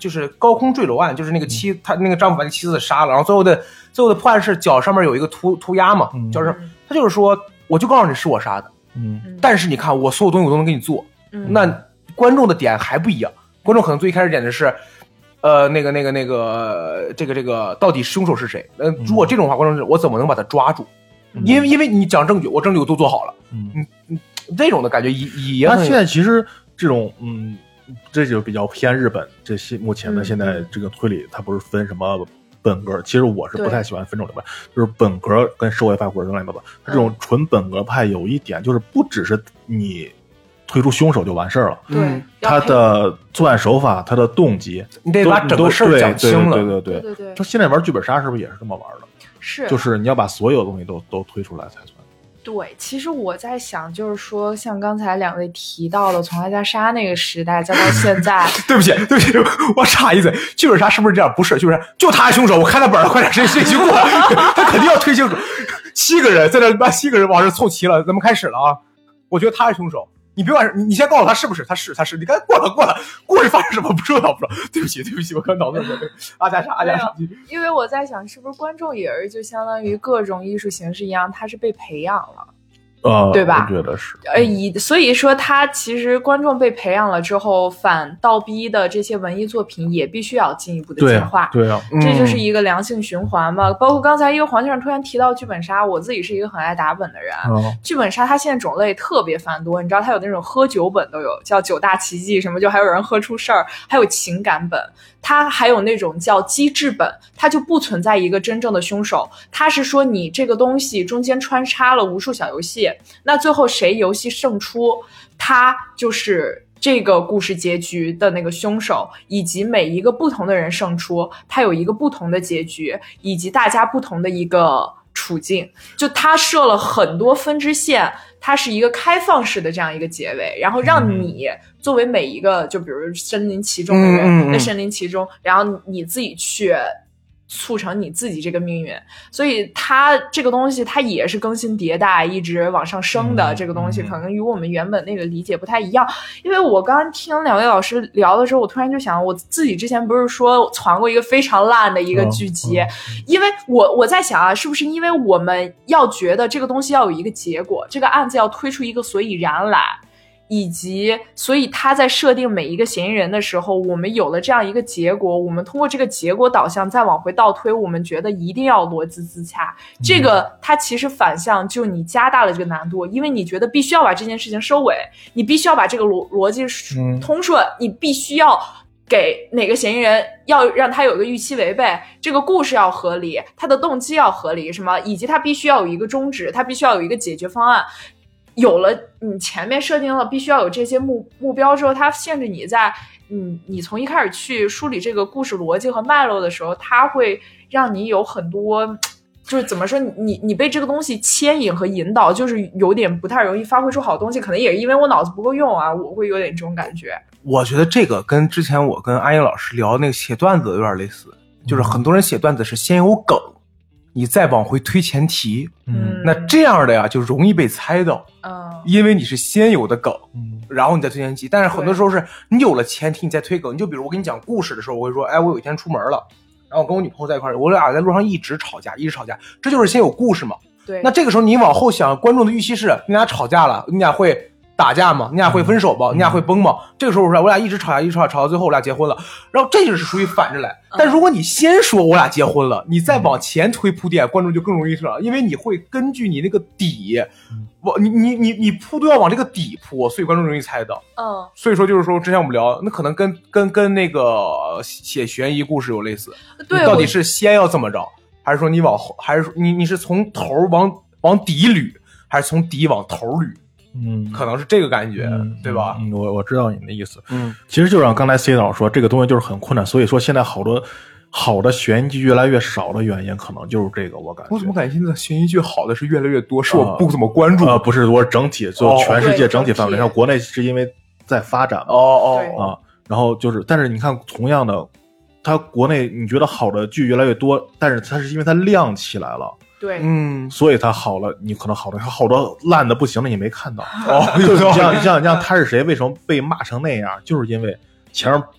B: 就是高空坠楼案，就是那个妻，他那个丈夫把那妻子杀了，然后最后的最后的破案是脚上面有一个涂涂鸦嘛，
A: 嗯、
B: 脚上他就是说，我就告诉你是我杀的，
A: 嗯，
B: 但是你看我所有东西我都能给你做，
C: 嗯、
B: 那观众的点还不一样，观众可能最一开始点的是。呃，那个、那个、那个，这个、这个，到底凶手是谁？呃，如果这种话，观众是我怎么能把他抓住？
A: 嗯、
B: 因为因为你讲证据，我证据我都做好了，
A: 嗯
B: 嗯，这种的感觉也也。
A: 那现在其实这种，嗯，这就比较偏日本这些目前的现在这个推理，它不是分什么本格？其实我是不太喜欢分这种里边，就是本格跟社会派或者乱七八糟。它这种纯本格派有一点就是不只是你。推出凶手就完事儿了，
C: 对，
A: 他的作案手法，他的动机，
B: 你得把整个事儿讲清了。
A: 对对对
C: 对对。
A: 就现在玩剧本杀是不是也是这么玩的？
C: 是，
A: 就是你要把所有东西都都推出来才算。
C: 对，其实我在想，就是说，像刚才两位提到的，从阿加莎那个时代再到现在，
B: 对不起，对不起，我插一嘴，剧本杀是不是这样？不是，就是就他凶手，我看他本儿，快点谁谁去过，他肯定要推清楚。七个人在这，把七个人往这凑齐了，咱们开始了啊！我觉得他是凶手。你别管，你你先告诉他是不是？他是，他是。你看过了，过了，故事发生什么不重要，不知道。对不起，对不起，我刚脑子里阿加莎，阿加莎。
C: 因为我在想，是不是观众也是就相当于各种艺术形式一样，他是被培养了。
A: 呃，
C: 对吧？
A: 我觉得是。
C: 呃，以所以说，他其实观众被培养了之后，反倒逼的这些文艺作品也必须要进一步的进化。
A: 对啊，
C: 对啊，这就是一个良性循环嘛。嗯、包括刚才因为黄先生突然提到剧本杀，我自己是一个很爱打本的人。
A: 嗯、
C: 剧本杀它现在种类特别繁多，你知道它有那种喝酒本都有，叫九大奇迹什么，就还有人喝出事儿，还有情感本。它还有那种叫机制本，它就不存在一个真正的凶手，它是说你这个东西中间穿插了无数小游戏，那最后谁游戏胜出，他就是这个故事结局的那个凶手，以及每一个不同的人胜出，他有一个不同的结局，以及大家不同的一个处境，就他设了很多分支线，它是一个开放式的这样一个结尾，然后让你作为每一个就比如身临其中的人，那身临其中，然后你自己去促成你自己这个命运。所以它这个东西它也是更新迭代一直往上升的，这个东西可能与我们原本那个理解不太一样。因为我刚刚听两位老师聊的时候，我突然就想，我自己之前不是说传过一个非常烂的一个剧集，哦嗯、因为我我在想啊，是不是因为我们要觉得这个东西要有一个结果，这个案子要推出一个所以然来，以及所以他在设定每一个嫌疑人的时候，我们有了这样一个结果，我们通过这个结果导向再往回倒推，我们觉得一定要逻辑自洽。这个它其实反向就你加大了这个难度，因为你觉得必须要把这件事情收尾，你必须要把这个逻逻辑通顺，你必须要给哪个嫌疑人要让他有一个预期违背，这个故事要合理，他的动机要合理，什么，以及他必须要有一个终止，他必须要有一个解决方案。有了你前面设定了必须要有这些目目标之后，它限制你在嗯，你从一开始去梳理这个故事逻辑和脉络的时候，它会让你有很多就是怎么说，你你被这个东西牵引和引导，就是有点不太容易发挥出好东西。可能也是因为我脑子不够用啊，我会有点这种感觉。
B: 我觉得这个跟之前我跟阿英老师聊那个写段子有点类似，就是很多人写段子是先有梗，你再往回推前提，
C: 嗯，
B: 那这样的呀就容易被猜到，
C: 嗯，
B: 因为你是先有的梗，
A: 嗯，
B: 然后你再推前提。但是很多时候是你有了前提，你再推梗。你就比如我跟你讲故事的时候，我会说，哎，我有一天出门了，然后我跟我女朋友在一块儿，我俩在路上一直吵架，一直吵架，这就是先有故事嘛。
C: 对。
B: 那这个时候你往后想，观众的预期是，你俩吵架了，你俩会打架吗？你俩会分手吗？你俩会崩吗？这个时候我说我俩一直吵架，一直吵架，吵到最后我俩结婚了，然后这就是属于反着来。但如果你先说我俩结婚了，你再往前推铺垫，观众就更容易知道，因为你会根据你那个底，往你你你你铺都要往这个底铺，所以观众容易猜到。
C: 嗯，所
B: 以说就是说之前我们聊，那可能跟跟跟那个写悬疑故事有类似。
C: 对，
B: 到底是先要这么着，还是说你往后，还是说你你是从头往往底捋，还是从底往头捋？
A: 嗯，
B: 可能是这个感觉，
A: 嗯、
B: 对吧？
A: 嗯，我我知道你的意思。
B: 嗯，
A: 其实就像刚才 C 导说，这个东西就是很困难，所以说现在好多好的悬疑剧越来越少的原因，可能就是这个。我感觉
B: 我怎么感觉现在悬疑剧好的是越来越多，是我不怎么关注。
A: 呃，不是，我是整体，就全世界整体范围，像、哦、国内是因为在发展嘛。
B: 哦
A: 哦啊，然后就是，但是你看，同样的，它国内你觉得好的剧越来越多，但是它是因为它量起来了。
C: 对，
B: 嗯，
A: 所以它好了，你可能好的，它好多烂的不行的你没看到。
B: 哦，
A: 就像像像他是谁，为什么被骂成那样？就是因为前面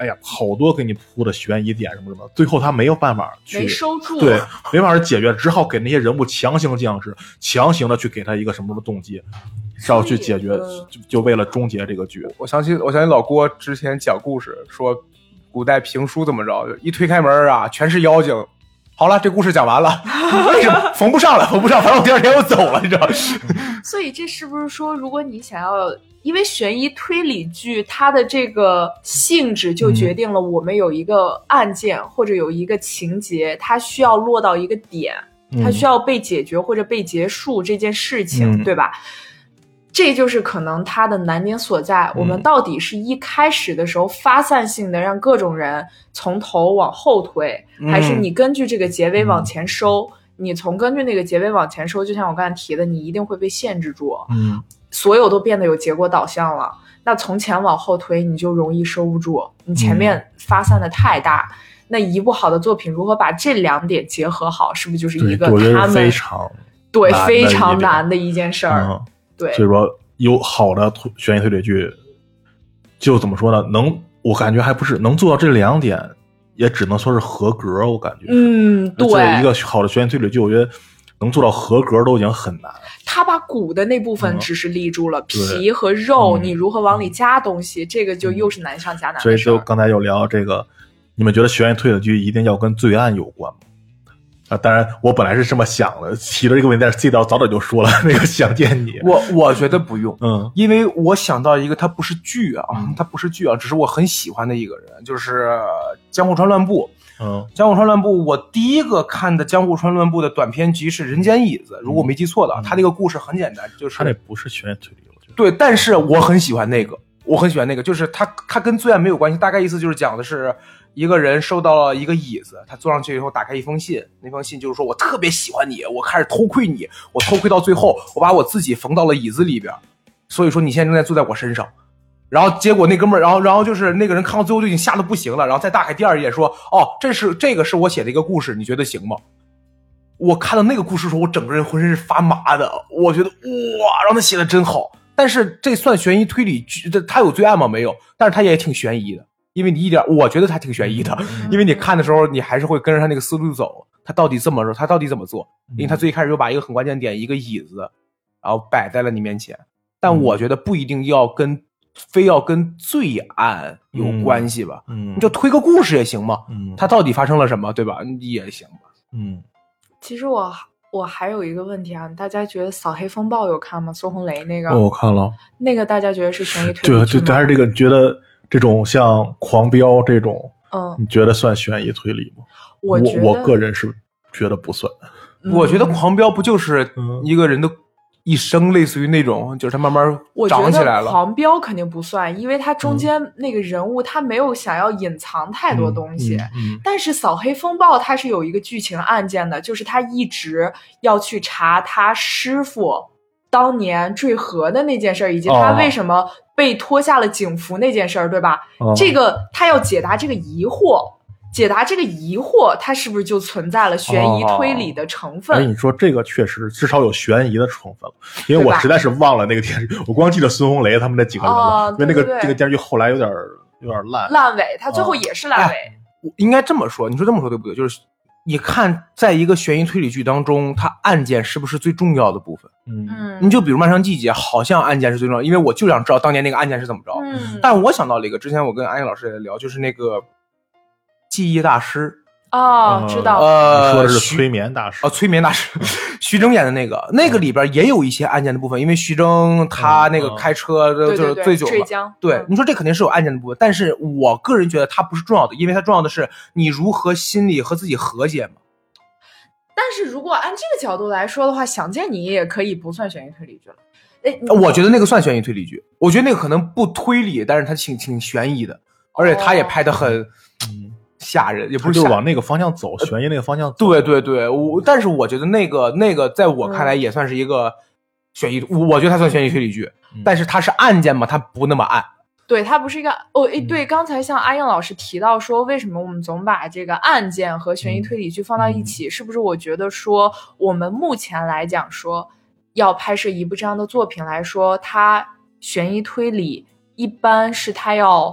A: 哎呀，好多给你铺的悬疑点什么什么，最后他没有办法去
C: 没收住，
A: 对，没办法解决，只好给那些人物强行降智，强行的去给他一个什么什么动机，是要去解决，
C: 呃、
A: 就就为了终结这个剧。
B: 我想起我想起老郭之前讲故事说，古代评书怎么着，一推开门啊，全是妖精。好了，这故事讲完了，为什么缝不上了？缝不上，反正我第二天我走了，你知道。
C: 所以这是不是说，如果你想要，因为悬疑推理剧它的这个性质就决定了我们有一个案件、嗯、或者有一个情节，它需要落到一个点，它需要被解决或者被结束这件事情、嗯、对吧？这就是可能它的难点所在、嗯、我们到底是一开始的时候发散性的让各种人从头往后推、嗯、还是你根据这个结尾往前收、嗯、你从根据那个结尾往前收，就像我刚才提的，你一定会被限制住，
A: 嗯，
C: 所有都变得有结果导向了，那从前往后推你就容易收不住，你前面发散的太大、嗯、那一部好的作品如何把这两点结合好，是不是就是一个他们
A: 非常
C: 对非常难的一件事儿、嗯，对，
A: 所以说有好的悬疑推理剧，就怎么说呢？能，我感觉还不是能做到这两点，也只能说是合格。我感觉，
C: 嗯，对，
A: 做一个好的悬疑推理剧，我觉得能做到合格都已经很难。
C: 他把骨的那部分只是立住了，嗯、皮和肉、嗯、你如何往里加东西，嗯、这个就又是难上加难的事。
A: 所以就刚才有聊这个，你们觉得悬疑推理剧一定要跟罪案有关吗？啊，当然，我本来是这么想的，提了这个问题，但是 C 导早早就说了，那个想见你。
B: 我我觉得不用，
A: 嗯，
B: 因为我想到一个，它不是剧啊，嗯、它不是剧啊，只是我很喜欢的一个人，就是《江户川乱步》。
A: 嗯，
B: 《江户川乱步》，我第一个看的《江户川乱步》的短篇集是《人间椅子》，如果没记错的，嗯、他这个故事很简单，就是
A: 他那不是悬疑推理，我觉得
B: 对，但是我很喜欢那个，我很喜欢那个，就是他他跟罪案没有关系，大概意思就是讲的是。一个人收到了一个椅子，他坐上去以后打开一封信，那封信就是说我特别喜欢你，我开始偷窥你，我偷窥到最后我把我自己缝到了椅子里边，所以说你现在正在坐在我身上。然后结果那哥们儿，然后然后就是那个人看到最后就已经吓得不行了，然后再打开第二页说，哦，这是这个是我写的一个故事，你觉得行吗？我看到那个故事的时候，我整个人浑身是发麻的，我觉得哇，然后他写的真好。但是这算悬疑推理剧，他有罪案吗？没有，但是他也挺悬疑的。因为你一点，我觉得他挺悬疑的，因为你看的时候，你还是会跟着他那个思路走，他到底这么说，他到底怎么做？因为他最开始就把一个很关键点，一个椅子，然后摆在了你面前。但我觉得不一定要跟，非要跟罪案有关系吧？嗯，你就推个故事也行嘛。嗯，他到底发生了什么，对吧？也行吧。
A: 嗯，
C: 其实我我还有一个问题啊，大家觉得《扫黑风暴》有看吗？孙红雷那个？
A: 哦，我看了。
C: 那个大家觉得是悬疑推理剧吗？
A: 对对，还是这个觉得。这种像狂飙这种，
C: 嗯，
A: 你觉得算悬疑推理吗？
C: 我觉得
A: 我我个人是觉得不算。
B: 嗯、我觉得狂飙不就是一个人的一生，类似于那种，就是他慢慢长起来了。
C: 我觉得狂飙肯定不算，因为他中间那个人物他没有想要隐藏太多东西。
A: 嗯嗯嗯、
C: 但是扫黑风暴它是有一个剧情案件的，就是他一直要去查他师傅当年坠河的那件事，以及他为什么被脱下了警服那件事儿，对吧？
A: 哦、
C: 这个他要解答这个疑惑，解答这个疑惑，它是不是就存在了悬疑推理的成分？
A: 哎，你说这个确实至少有悬疑的成分了，因为我实在是忘了那个电视剧，我光记得孙红雷他们那几个人了，
C: 哦、
A: 因为那个
C: 对对对
A: 这个电视剧后来有点有点烂
C: 烂尾，他最后也是烂尾。
B: 哎、应该这么说，你说这么说对不对？就是你看，在一个悬疑推理剧当中，它案件是不是最重要的部分？
A: 嗯，
B: 你就比如《漫长季节》，好像案件是最重要的，因为我就想知道当年那个案件是怎么着。
C: 嗯，
B: 但我想到了一个，之前我跟安逸老师也聊，就是那个记忆大师。
C: 哦，知道。
B: 呃，
A: 你说的是催眠大师。
B: 哦，催眠大师，徐峥演的那个，那个里边也有一些案件的部分，因为徐峥他那个开车就是醉酒了。
C: 坠江。
B: 对，你说这肯定是有案件的部分，但是我个人觉得它不是重要的，因为它重要的是你如何心里和自己和解嘛。
C: 但是如果按这个角度来说的话，想见你也可以不算悬疑推理剧了。哎，
B: 我觉得那个算悬疑推理剧，我觉得那个可能不推理，但是它挺挺悬疑的，而且他也拍得很、哦、吓人，也不是
A: 就往那个方向走，悬疑那个方向走。
B: 对对对，我但是我觉得那个那个在我看来也算是一个悬疑，嗯、我觉得它算悬疑推理剧，嗯、但是它是案件嘛，它不那么暗。
C: 对，它不是一个哦，诶，对，刚才像阿英老师提到说，为什么我们总把这个案件和悬疑推理剧放到一起？嗯、是不是我觉得说，我们目前来讲说，要拍摄一部这样的作品来说，它悬疑推理一般是它要，比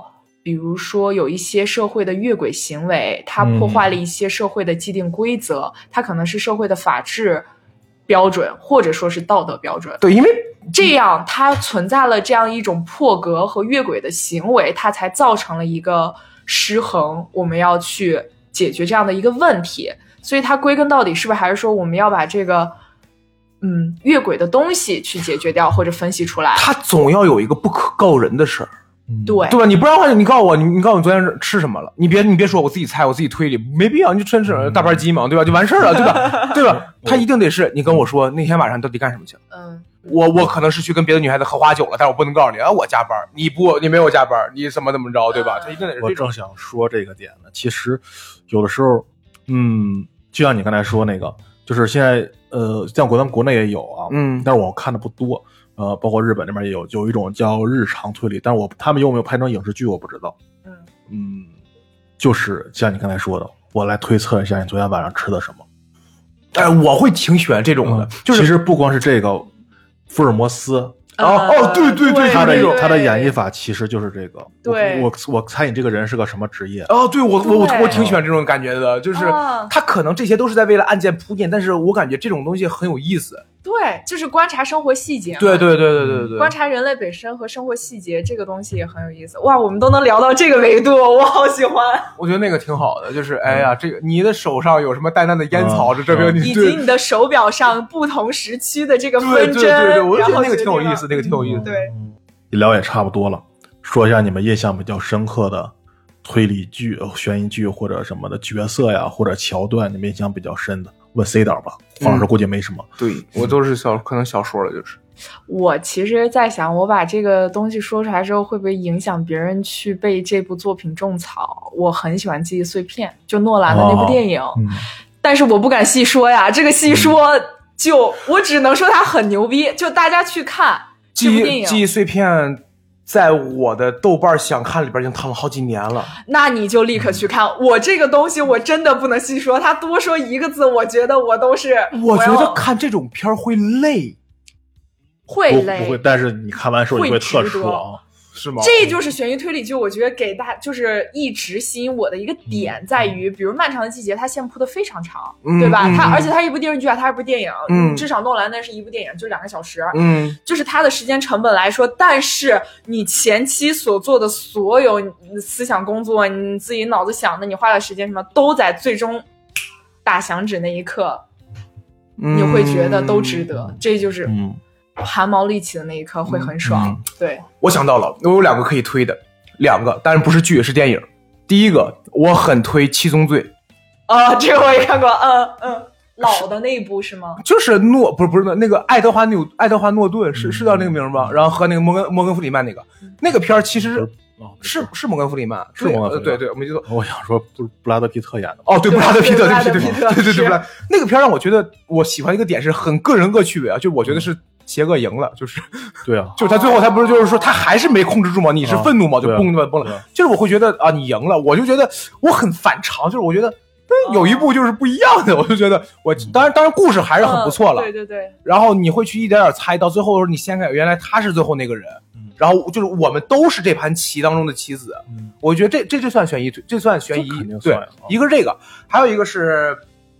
C: 比如说有一些社会的越轨行为，它破坏了一些社会的既定规则，嗯、它可能是社会的法治标准，或者说是道德标准。
B: 对，因为
C: 这样它存在了这样一种破格和越轨的行为，它才造成了一个失衡，我们要去解决这样的一个问题。所以它归根到底是不是还是说我们要把这个嗯越轨的东西去解决掉或者分析出来？
B: 它总要有一个不可告人的事儿。
C: 对
B: 对吧？你不然的话，你告诉我，你你告诉我昨天吃什么了？你别你别说我自己猜，我自己推理，没必要，你就吃吃大盘鸡嘛，对吧？就完事儿了，对吧？对吧？他一定得是你跟我说那天晚上到底干什么去了？嗯，我我可能是去跟别的女孩子喝花酒了，但是我不能告诉你啊，我加班，你不你没有加班，你怎么怎么着，对吧？他一定得是。
A: 我正想说这个点呢，其实有的时候，嗯，就像你刚才说那个，就是现在呃，像咱们国内也有啊，
B: 嗯，
A: 但是我看的不多。呃，包括日本那边也有，有一种叫日常推理，但是我他们有没有拍成影视剧我不知道。嗯嗯，就是像你刚才说的，我来推测一下你昨天晚上吃的什么。
B: 哎，我会挺喜欢这种的，
A: 嗯、
B: 就是
A: 其实不光是这个，福尔摩斯。
B: 哦哦，对对对，
A: 他的他的演绎法其实就是这个。
C: 对，
A: 我我猜你这个人是个什么职业？
B: 哦，对我我我我挺喜欢这种感觉的，就是他可能这些都是在为了案件铺垫，但是我感觉这种东西很有意思。
C: 对，就是观察生活细节嘛。
B: 对对对对对对，
C: 观察人类本身和生活细节这个东西也很有意思。哇，我们都能聊到这个维度，我好喜欢。
B: 我觉得那个挺好的，就是哎呀，这个你的手上有什么淡淡的烟草，这证明你
C: 以及你的手表上不同时区的这个分针。
B: 对对对对，我觉得那个挺有意思，那个挺有意思。
C: 对，
A: 聊也差不多了，说一下你们印象比较深刻的推理剧、悬疑剧或者什么的角色呀，或者桥段，你们印象比较深的。问 C 导吧，方老师估计没什么。
B: 嗯、对我都是小，可能小说了，就是。
C: 我其实在想，我把这个东西说出来之后，会不会影响别人去被这部作品种草？我很喜欢《记忆碎片》，就诺兰的那部电影，哦嗯、但是我不敢细说呀。这个细说就，就我只能说它很牛逼，就大家去看这部电影。
B: 记忆碎片。在我的豆瓣想看里边已经躺了好几年了，
C: 那你就立刻去看。我这个东西我真的不能细说，他多说一个字，我觉得我都是。
B: 我觉得看这种片会累，
C: 会累，
A: 不, 不会，但是你看完之后你会特爽。
B: 是吗？
C: 这就是悬疑推理剧，我觉得给大就是一直吸引我的一个点在于，比如《漫长的季节》，它线铺的非常长，嗯、对吧？
B: 嗯、
C: 它而且它是一部电视剧啊，它是部电影，
B: 嗯，
C: 至少诺兰那是一部电影，就两个小时，
B: 嗯，
C: 就是它的时间成本来说，但是你前期所做的所有思想工作，你自己脑子想的，你花的时间什么，都在最终打响指那一刻，
B: 嗯、
C: 你会觉得都值得，这就是。
A: 嗯
C: 汗毛立起的那一刻会很爽。
B: 嗯、
C: 对，
B: 我想到了，我有两个可以推的，两个，但是不是剧，是电影。第一个，我很推《七宗罪》。
C: 啊，这个我也看过，嗯嗯，老的那一部是吗？
B: 就是诺，不是不是那个爱德华纽爱德华诺顿，是是叫那个名吗？然后和那个摩根摩根弗里曼那个、嗯、那个片儿其实。是是摩根弗里曼，
A: 是摩根弗里曼，
B: 对对，我没记错。
A: 我想说，不是布拉德皮特演的。
B: 哦，对，布拉德皮特，
C: 对
B: 对对对对对对对，那个片让我觉得我喜欢一个点是很个人恶趣味啊，就我觉得是邪恶赢了，就是
A: 对啊，
B: 就是他最后他不是就是说他还是没控制住嘛，你是愤怒嘛，就蹦就蹦了，就是我会觉得啊你赢了，我就觉得我很反常，就是我觉得有一部就是不一样的，我就觉得我当然当然故事还是很不错了，
C: 对对对，
B: 然后你会去一点点猜，到最后你掀开原来他是最后那个人。然后就是我们都是这盘棋当中的棋子，嗯、我觉得这这就算悬疑，这算悬疑。对，哦、一个是这个，还有一个是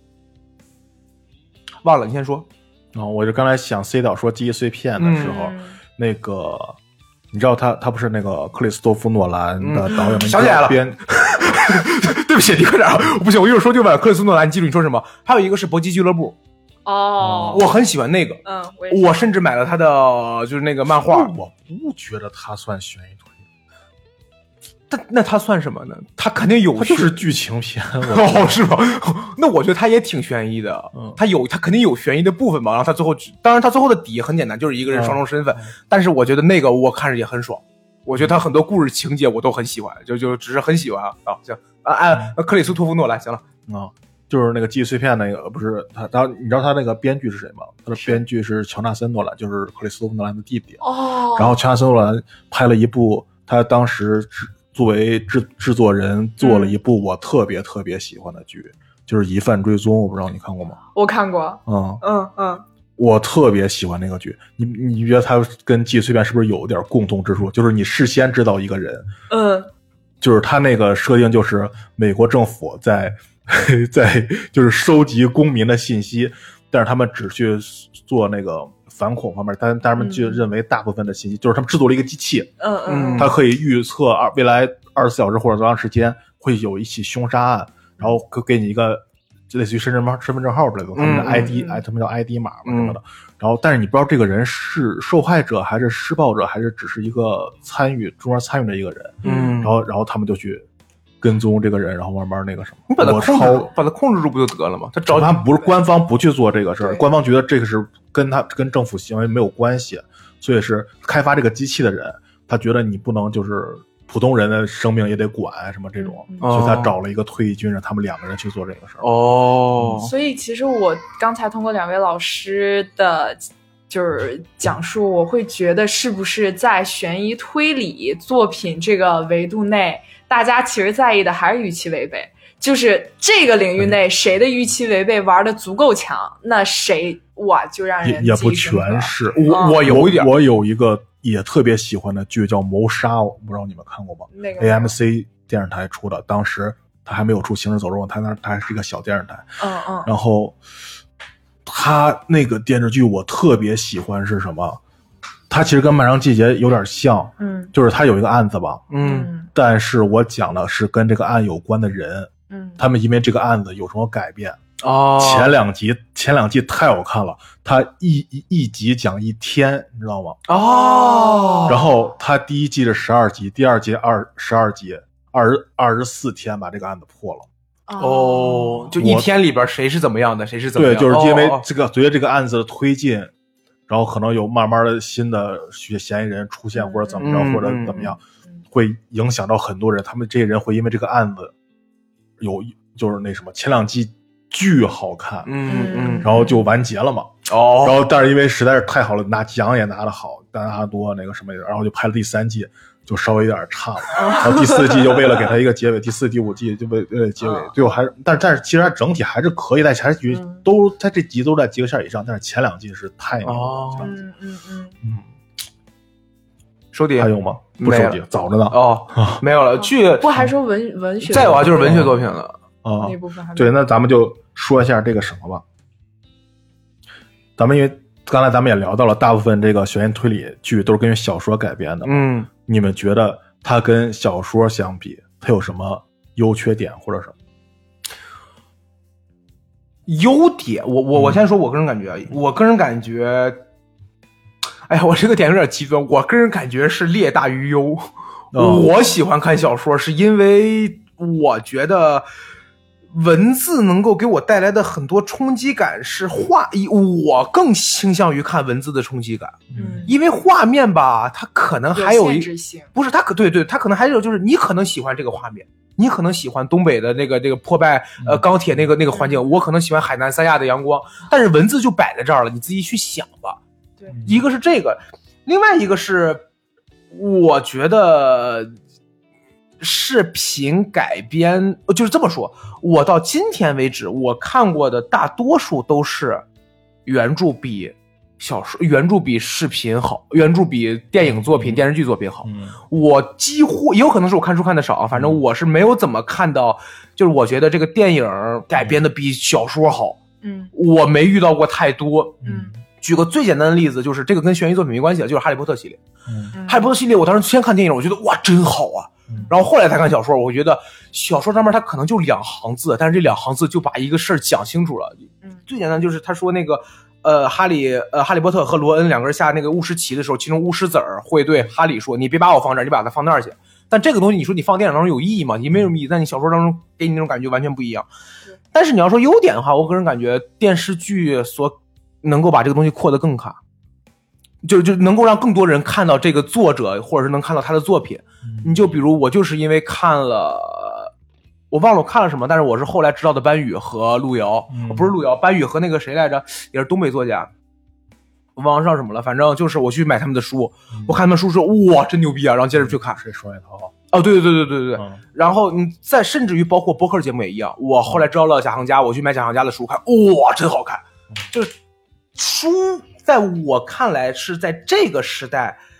B: 忘了，你先说。
A: 哦，我就刚才想 C 导说记忆碎片的时候，嗯、那个你知道他他不是那个克里斯托弗诺兰的导演吗？
B: 嗯、想起来了，编。对不起，你快点，不行，我一会儿说就把克里斯托诺兰记住你说什么。还有一个是搏击俱乐部。
C: 哦，
B: 我很喜欢那个，
C: 嗯，
B: 我, 我甚至买了他的就是那个漫画。
A: 我不觉得他算悬疑推
B: 理，但那他算什么呢？他肯定有，
A: 他就是剧情片，
B: 哦，是吧？那我觉得他也挺悬疑的，嗯，他有他肯定有悬疑的部分吧。然后他最后，当然他最后的底很简单，就是一个人双重身份。嗯、但是我觉得那个我看着也很爽，我觉得他很多故事情节我都很喜欢，就就只是很喜欢啊。啊，行啊，按、嗯、克里斯托弗诺兰，行了
A: 啊。嗯就是那个记忆碎片那个，不是他他，你知道他那个编剧是谁吗？他的编剧是乔纳森·诺兰，就是克里斯托弗·诺兰的弟弟。
C: 哦。
A: 然后乔纳森·诺兰拍了一部，他当时作为制制作人做了一部我特别特别喜欢的剧，嗯、就是《疑犯追踪》，我不知道你看过吗？
C: 我看过。
A: 嗯
C: 嗯嗯。
A: 我特别喜欢那个剧，你你觉得他跟记忆碎片是不是有点共同之处？就是你事先知道一个人，
C: 嗯。
A: 就是他那个设定就是美国政府在在就是收集公民的信息，但是他们只去做那个反恐方面，但但他们就认为大部分的信息、嗯、就是他们制作了一个机器，
C: 嗯嗯，
A: 它可以预测二未来二十四小时或者多长时间会有一起凶杀案，然后可给你一个类似于身份证身份证号之类的，他们的 I D， 哎、嗯，他们叫 I D 码什么的、嗯。然后，但是你不知道这个人是受害者还是施暴者，还是只是一个参与中间参与的一个人。嗯，然后，然后他们就去跟踪这个人，然后慢慢那个什么，
B: 你把他控制，把他控制住不就得了吗？他找
A: 他不是官方不去做这个事儿，官方觉得这个是跟他跟政府行为没有关系，所以是开发这个机器的人，他觉得你不能就是普通人的生命也得管什么这种，嗯、所以他找了一个退役军人，他们两个人去做这个事儿。
B: 哦，
C: 所以其实我刚才通过两位老师的就是讲述，我会觉得是不是在悬疑推理作品这个维度内，大家其实在意的还是预期违背，就是这个领域内谁的预期违背玩的足够强，那谁哇就让人
A: 也也不全是。
B: 我、嗯、我有一点，
A: 我有一个也特别喜欢的剧叫《谋杀》，我不知道你们看过吗？
C: 那个
A: A M C 电视台出的，当时他还没有出《行尸走肉》，他那他还是一个小电视台。
C: 嗯嗯。
A: 然后他那个电视剧我特别喜欢是什么？他其实跟《漫长季节》有点像，
C: 嗯，
A: 就是他有一个案子吧，
B: 嗯，
A: 但是我讲的是跟这个案有关的人，
C: 嗯，
A: 他们因为这个案子有什么改变。
B: 哦，
A: 前两集前两季太好看了，他一一一集讲一天，你知道吗？
B: 哦，
A: 然后他第一季是十二集，第二季二十二集，二十二十四天把这个案子破了。
B: 哦，就一天里边谁是怎么样的，谁是怎么样的？
A: 对，就是因为这个、哦、随着这个案子的推进，然后可能有慢慢的新的嫌疑人出现，或者怎么着，
B: 嗯、
A: 或者怎么样，会影响到很多人。他们这些人会因为这个案子有就是那什么，前两季巨好看，
B: 嗯嗯，
A: 然后就完结了嘛。
B: 哦，
A: 然后但是因为实在是太好了，拿奖也拿得好，拿得多那个什么，然后就拍了第三季，就稍微有点差了。然后第四季就为了给他一个结尾，第四、第五季就为了结尾，最后还是，但是但是其实它整体还是可以，但还是都在这集都在及格线以上，但是前两季是太牛了。
B: 哦，
C: 嗯嗯嗯
A: 嗯，
B: 收底
A: 还有吗？不收底，早着呢。
B: 哦，没有了。剧
C: 不还说文文学，
B: 再有啊就是文学作品了。
A: 啊、
C: 那部分还没
A: 对，那咱们就说一下这个什么吧。咱们因为刚才咱们也聊到了，大部分这个悬疑推理剧都是根据小说改编的。
B: 嗯，
A: 你们觉得它跟小说相比，它有什么优缺点或者什么？
B: 优点，我我我先说我个人感觉，我个人感觉，哎呀，我这个点有点极端，我个人感觉是劣大于优。哦、我喜欢看小说，是因为我觉得文字能够给我带来的很多冲击感是画，我更倾向于看文字的冲击感。
C: 嗯，
B: 因为画面吧，它可能还有一
C: 限制性，
B: 不是它可对对，它可能还有就是你可能喜欢这个画面，你可能喜欢东北的那个那个破败呃钢铁那个那个环境，我可能喜欢海南三亚的阳光，但是文字就摆在这儿了，你自己去想吧。
C: 对，
B: 一个是这个，另外一个是我觉得视频改编，就是这么说，我到今天为止我看过的大多数都是原著比小说原著比视频好，原著比电影作品、嗯、电视剧作品好、嗯、我几乎也有可能是我看书看的少，反正我是没有怎么看到就是我觉得这个电影改编的比小说好，
C: 嗯，
B: 我没遇到过太多。
C: 嗯，
B: 举个最简单的例子，就是这个跟悬疑作品没关系的，就是哈利波特系列。
A: 嗯，
B: 哈利波特系列我当时先看电影我觉得哇真好啊，然后后来才看小说，我觉得小说上面它可能就两行字，但是这两行字就把一个事儿讲清楚了。
C: 嗯，
B: 最简单就是他说那个呃哈利呃哈利波特和罗恩两个人下那个巫师棋的时候，其中巫师子儿会对哈利说你别把我放这儿，你把它放那儿去。但这个东西你说你放电影当中有意义吗？你没有意义，但你小说当中给你那种感觉完全不一样。但是你要说优点的话，我个人感觉电视剧所能够把这个东西扩得更卡，就就能够让更多人看到这个作者，或者是能看到他的作品。嗯、你就比如我就是因为看了，我忘了我看了什么，但是我是后来知道的班宇和路遥，嗯、不是路遥，班宇和那个谁来着，也是东北作家，我忘了上什么了，反正就是我去买他们的书，嗯、我看他们书说哇真牛逼啊，然后接着去看。
A: 谁说一套？
B: 哦，对对对对对对对。
A: 嗯、
B: 然后你再甚至于包括播客节目也一样，我后来知道了贾行家，我去买贾行家的书看，哇真好看，就是书在我看来是在这个时代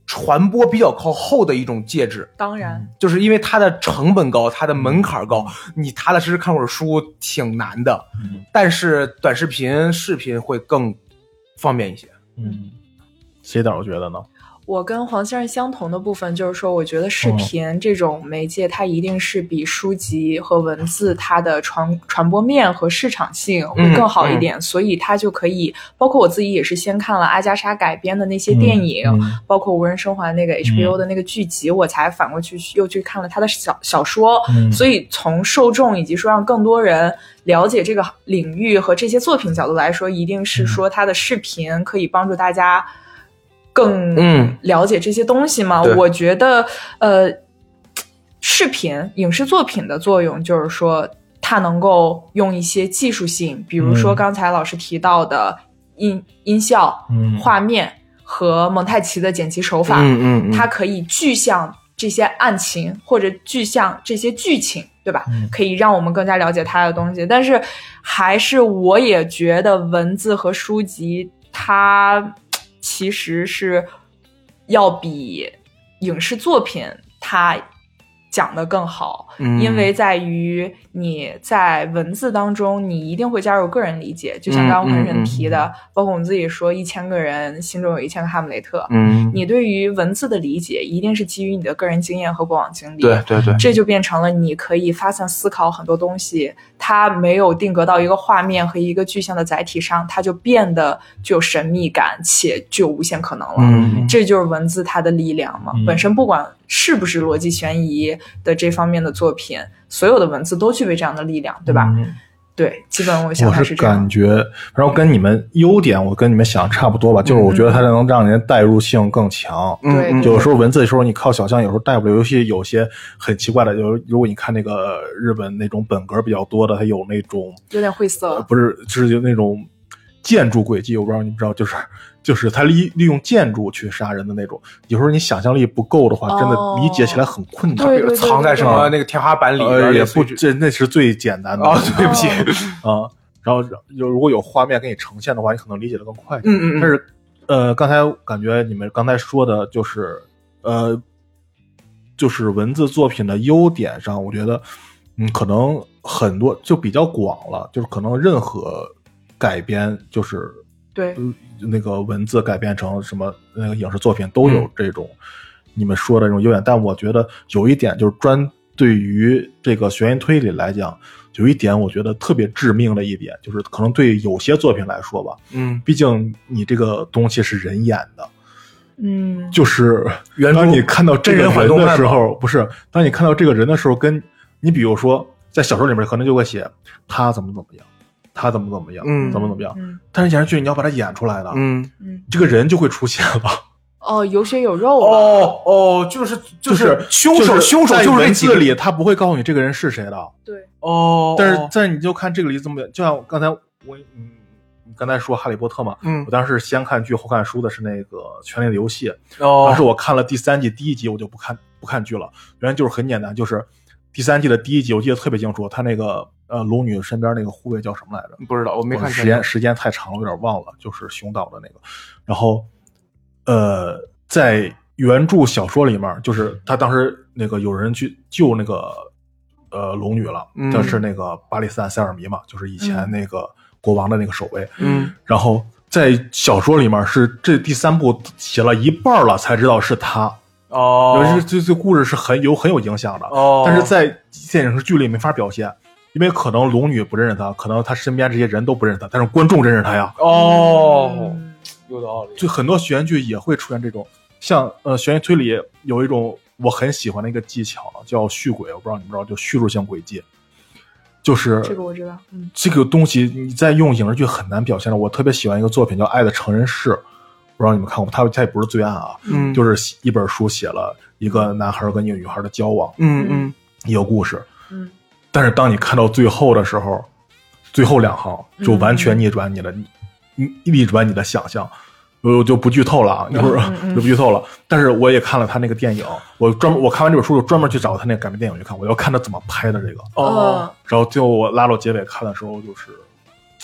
B: 传播比较靠后的一种介质。
C: 当然，
B: 就是因为它的成本高，它的门槛高，你踏踏实实看会儿书挺难的。
A: 嗯，
B: 但是短视频、视频会更方便一些。
A: 嗯，C导觉得呢？
C: 我跟黄先生相同的部分就是说，我觉得视频这种媒介，它一定是比书籍和文字它的传传播面和市场性会更好一点，嗯嗯、所以它就可以，包括我自己也是先看了阿加莎改编的那些电影，嗯嗯、包括无人生还那个 H B O 的那个剧集，嗯、我才反过去又去看了他的小小说，嗯、所以从受众以及说让更多人了解这个领域和这些作品角度来说，一定是说他的视频可以帮助大家更了解这些东西嘛。嗯、我觉得呃，视频影视作品的作用就是说它能够用一些技术性，比如说刚才老师提到的音音效、嗯、画面和蒙太奇的剪辑手法，嗯嗯嗯、它可以具象这些案情或者具象这些剧情，对吧？嗯、可以让我们更加了解它的东西。但是还是我也觉得文字和书籍它其实是要比影视作品它讲得更好，嗯、因为在于你在文字当中你一定会加入个人理解，就像刚刚黄人提的，嗯嗯嗯、包括我们自己说一千个人心中有一千个哈姆雷特，嗯，你对于文字的理解一定是基于你的个人经验和过往经历，
B: 对对对，
C: 这就变成了你可以发散思考很多东西，它没有定格到一个画面和一个具象的载体上，它就变得具有神秘感且具有无限可能了，嗯，这就是文字它的力量嘛，嗯、本身不管是不是逻辑悬疑的这方面的作品，所有的文字都具备这样的力量，对吧？嗯、对，基本我想
A: 我是感觉，然后跟你们优点，我跟你们想差不多吧，嗯、就是我觉得它能让人代入性更强。
C: 嗯，
A: 有时候文字的时候你靠想象，有时候带不了。尤其有些很奇怪的，有如果你看那个日本那种本格比较多的，它有那种
C: 有点晦涩，
A: 呃、不是，就是有那种建筑轨迹，我不知道你不知道，就是。就是他利利用建筑去杀人的那种，有时候你想象力不够的话，真的理解起来很困难。
C: 对对对对，
B: 藏在什么那个天花板里边，
A: 呃、也不，这那是最简单的。
B: 哦，对不起
A: 啊、嗯。然后有如果有画面给你呈现的话，你可能理解的更快。
B: 嗯嗯嗯。
A: 但是呃，刚才感觉你们刚才说的就是呃，就是文字作品的优点上，我觉得嗯，可能很多就比较广了，就是可能任何改编就是。
C: 对，
A: 那个文字改编成什么那个影视作品都有这种、嗯、你们说的这种优点，但我觉得有一点就是专对于这个悬疑推理来讲，有一点我觉得特别致命的一点，就是可能对有些作品来说吧，
B: 嗯，
A: 毕竟你这个东西是人演的，
C: 嗯，
A: 就是当你看到这个人的时候，不是当你看到这个人的时候，跟你比如说在小说里面可能就会写他怎么怎么样。他怎么怎么样，
B: 嗯，
A: 怎么怎么样，
C: 嗯，
A: 但是电视剧你要把它演出来的，
B: 嗯
C: 嗯，
A: 这个人就会出现了。
C: 哦，有血有肉
B: 哦哦，就是就是凶手，
A: 就是、
B: 凶手就是
A: 文字里他不会告诉你这个人是谁的。
C: 对，
B: 哦，
A: 但是在你就看这个例子这么，就像刚才我嗯，你刚才说哈利波特嘛，
B: 嗯，
A: 我当时先看剧后看书的是那个《权力的游戏》，
B: 哦，
A: 当时我看了第三季第一集，我就不看不看剧了，原因就是很简单，就是第三季的第一集我记得特别清楚，他那个。呃，龙女身边那个护卫叫什么来着？
B: 不知道，我没看。
A: 时间时间太长了，有点忘了。就是熊岛的那个。然后，呃，在原著小说里面，就是他当时那个有人去救那个呃龙女了，他、嗯、是那个巴里斯坦塞尔弥嘛，就是以前那个国王的那个守卫。
B: 嗯。
A: 然后在小说里面是这第三部写了一半了，才知道是他。
B: 哦。
A: 因为这这故事是很有很有影响的。
B: 哦。
A: 但是在电影剧里没法表现。因为可能龙女不认识他，可能他身边这些人都不认识他，但是观众认识他呀。
B: 哦，有道理。
A: 就很多悬疑剧也会出现这种，像呃悬疑推理有一种我很喜欢的一个技巧叫续轨，我不知道你们知道，就叙述性轨迹。就是
C: 这个我知道，嗯，
A: 这个东西你在用影视剧很难表现的。我特别喜欢一个作品叫《爱的成人式》，不知道你们看过，它它也不是罪案啊，
B: 嗯，
A: 就是一本书写了一个男孩跟一个女孩的交往，
B: 嗯嗯，
A: 一个故事，
C: 嗯。
A: 但是当你看到最后的时候，最后两行就完全逆转你的，嗯、逆转你的想象，我就不剧透了啊，一会儿就不剧透了。但是我也看了他那个电影，我专门我看完这本书就专门去找他那个改编电影去看，我要看他怎么拍的这个。
C: 哦。
A: 然后最后我拉到结尾看的时候，就是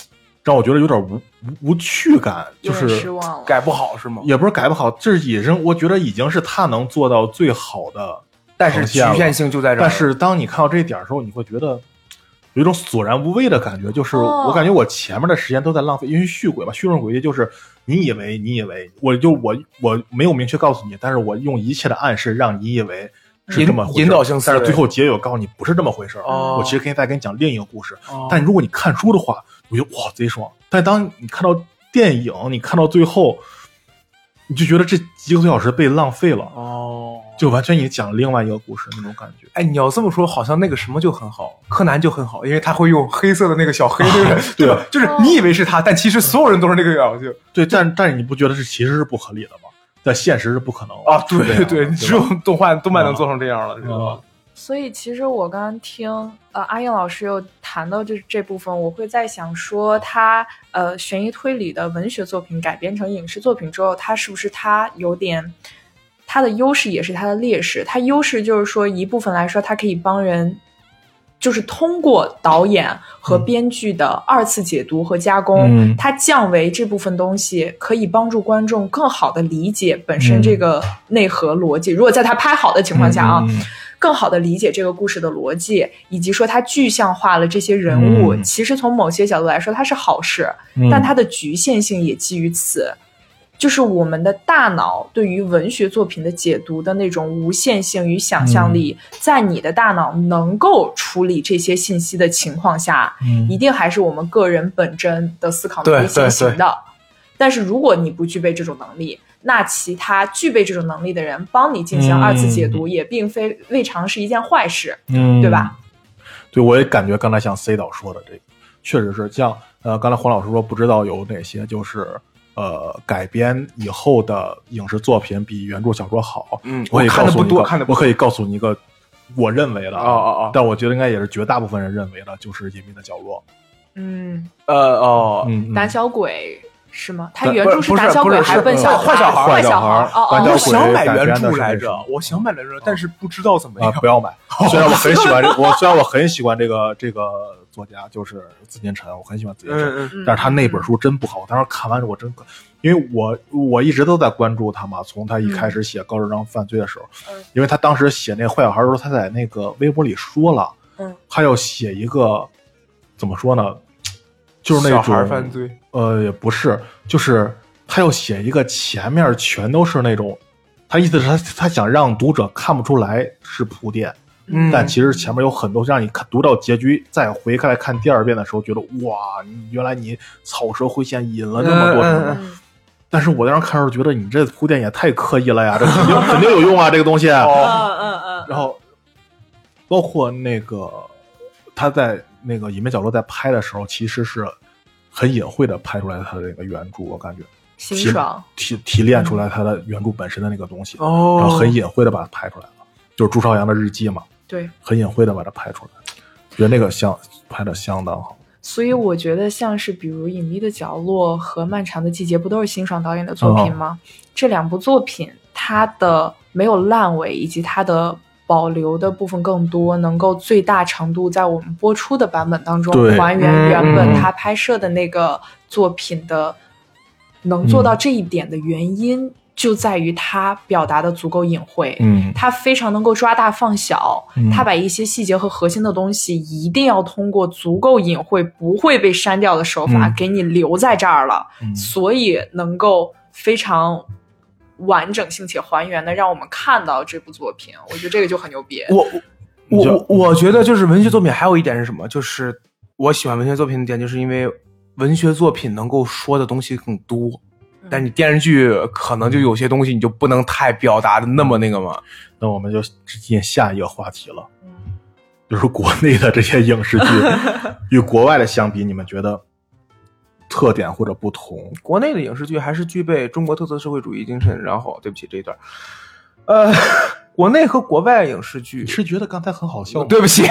A: 让我觉得有点无无无趣感，就
C: 有点
A: 是
C: 失望了。
B: 改不好是吗？
A: 也不是改不好，这已经我觉得已经是他能做到最好的，
B: 但是局限性就在这儿。
A: 但是当你看到这一点的时候，你会觉得有一种索然无味的感觉，就是
C: 哦
A: 我感觉我前面的时间都在浪费，因为续轨嘛，续润轨迹就是你以为你以为，我就我我没有明确告诉你，但是我用一切的暗示让你以为是这么回事，
B: 引导性思维，
A: 但是最后结尾告诉你不是这么回事。
B: 哦，
A: 我其实可以再给你讲另一个故事，
B: 哦、
A: 但如果你看书的话，我觉得哇贼爽。但当你看到电影，你看到最后，你就觉得这几个多小时被浪费了。
B: 哦，
A: 就完全你讲另外一个故事那种感觉。
B: 哎，你要这么说，好像那个什么就很好，柯南就很好，因为他会用黑色的那个小黑那个，对吧？就是你以为是他，但其实所有人都是那个样子。
A: 对，但但是你不觉得这其实是不合理的吗？在现实是不可能
B: 啊！对对
A: 对，
B: 只有动画动漫能做成这样了，知道吧？
C: 所以其实我刚刚听呃阿英老师又谈到这这部分，我会在想说他呃悬疑推理的文学作品改编成影视作品之后，他是不是他有点他的优势也是他的劣势？他优势就是说一部分来说，他可以帮人。就是通过导演和编剧的二次解读和加工，
A: 嗯、
C: 它降维这部分东西，可以帮助观众更好的理解本身这个内核逻辑。嗯、如果在他拍好的情况下啊，
A: 嗯、
C: 更好的理解这个故事的逻辑，以及说它具象化了这些人物，
A: 嗯、
C: 其实从某些角度来说，它是好事，
A: 嗯、
C: 但它的局限性也基于此。就是我们的大脑对于文学作品的解读的那种无限性与想象力，嗯、在你的大脑能够处理这些信息的情况下，
A: 嗯、
C: 一定还是我们个人本真的思考能力先行的。但是如果你不具备这种能力，那其他具备这种能力的人帮你进行二次解读，嗯、也并非未尝是一件坏事，
A: 嗯、
C: 对吧？
A: 对，我也感觉刚才像 C 导说的这个，确实是像呃，刚才黄老师说不知道有哪些就是。呃，改编以后的影视作品比原著小说好。
B: 嗯，
A: 我可以
B: 看的不多，看的
A: 我可以告诉你一个我认为的，
B: 哦哦哦，
A: 但我觉得应该也是绝大部分人认为的，就是《隐秘的角落》。
C: 嗯，
B: 呃哦，
A: 嗯，
C: 胆小鬼是吗？他原著是胆小鬼还是笨小
B: 孩？坏
C: 小
B: 孩，
C: 坏小
A: 孩。
C: 哦哦，
B: 我想买原著来着，我想买来着，但是不知道怎么样。
A: 啊，不要买。虽然我很喜欢这，我虽然我很喜欢这个这个作家，就是紫金陈，我很喜欢紫金陈，
B: 嗯嗯、
A: 但是他那本书真不好。我当时看完之后，我真，因为我我一直都在关注他嘛，从他一开始写高智商犯罪的时候，
C: 嗯、
A: 因为他当时写那个坏小孩的时候，他在那个微博里说了，
C: 嗯，
A: 他要写一个怎么说呢，就是那种
B: 小孩犯罪，
A: 呃，也不是，就是他要写一个前面全都是那种，他意思是他他想让读者看不出来是铺垫。
B: 嗯，
A: 但其实前面有很多让你看读到结局再回开来看第二遍的时候，觉得哇，你原来你草蛇灰线引了那么多什么。
C: 嗯、
A: 但是我当时看的时候觉得你这铺垫也太刻意了呀，这肯定肯定有用啊，这个东西。
C: 嗯嗯嗯。
A: 然后包括那个他在那个《隐秘角落》在拍的时候，其实是很隐晦的拍出来他的那个原著，我感觉
C: 清爽
A: 提提炼出来他的原著本身的那个东西，
B: 哦，
A: 然后很隐晦的把它拍出来了，就是朱朝阳的日记嘛。
C: 对，
A: 很隐晦的把它拍出来，觉得那个相拍的相当好。
C: 所以我觉得像是比如《隐秘的角落》和《漫长的季节》不都是辛爽导演的作品吗？哦、这两部作品它的没有烂尾，以及它的保留的部分更多，能够最大程度在我们播出的版本当中还原原本他拍摄的那个作品的，嗯、能做到这一点的原因。嗯，就在于他表达的足够隐晦，
A: 嗯，
C: 他非常能够抓大放小，
A: 嗯，
C: 他把一些细节和核心的东西一定要通过足够隐晦不会被删掉的手法给你留在这儿了，
A: 嗯，
C: 所以能够非常完整性且还原的让我们看到这部作品，我觉得这个就很牛逼。
B: 我我我觉得就是文学作品还有一点是什么，就是我喜欢文学作品的点，就是因为文学作品能够说的东西更多。但你电视剧可能就有些东西你就不能太表达的那么那个嘛。
A: 那我们就直接下一个话题了，就是国内的这些影视剧与国外的相比，你们觉得特点或者不同？
B: 国内的影视剧还是具备中国特色社会主义精神。然后，对不起这一段，呃，国内和国外影视剧，
A: 你是觉得刚才很好笑吗？
B: 对不起，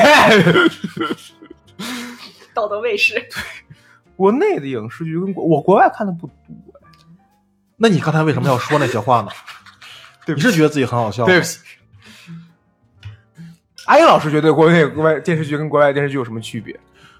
C: 道德卫士。
B: 国内的影视剧跟国我国外看的不多。
A: 那你刚才为什么要说那些话呢？你是觉得自己很好笑吗？
B: 对不起，阿英老师觉得国内国外电视剧跟国外电视剧有什么区别？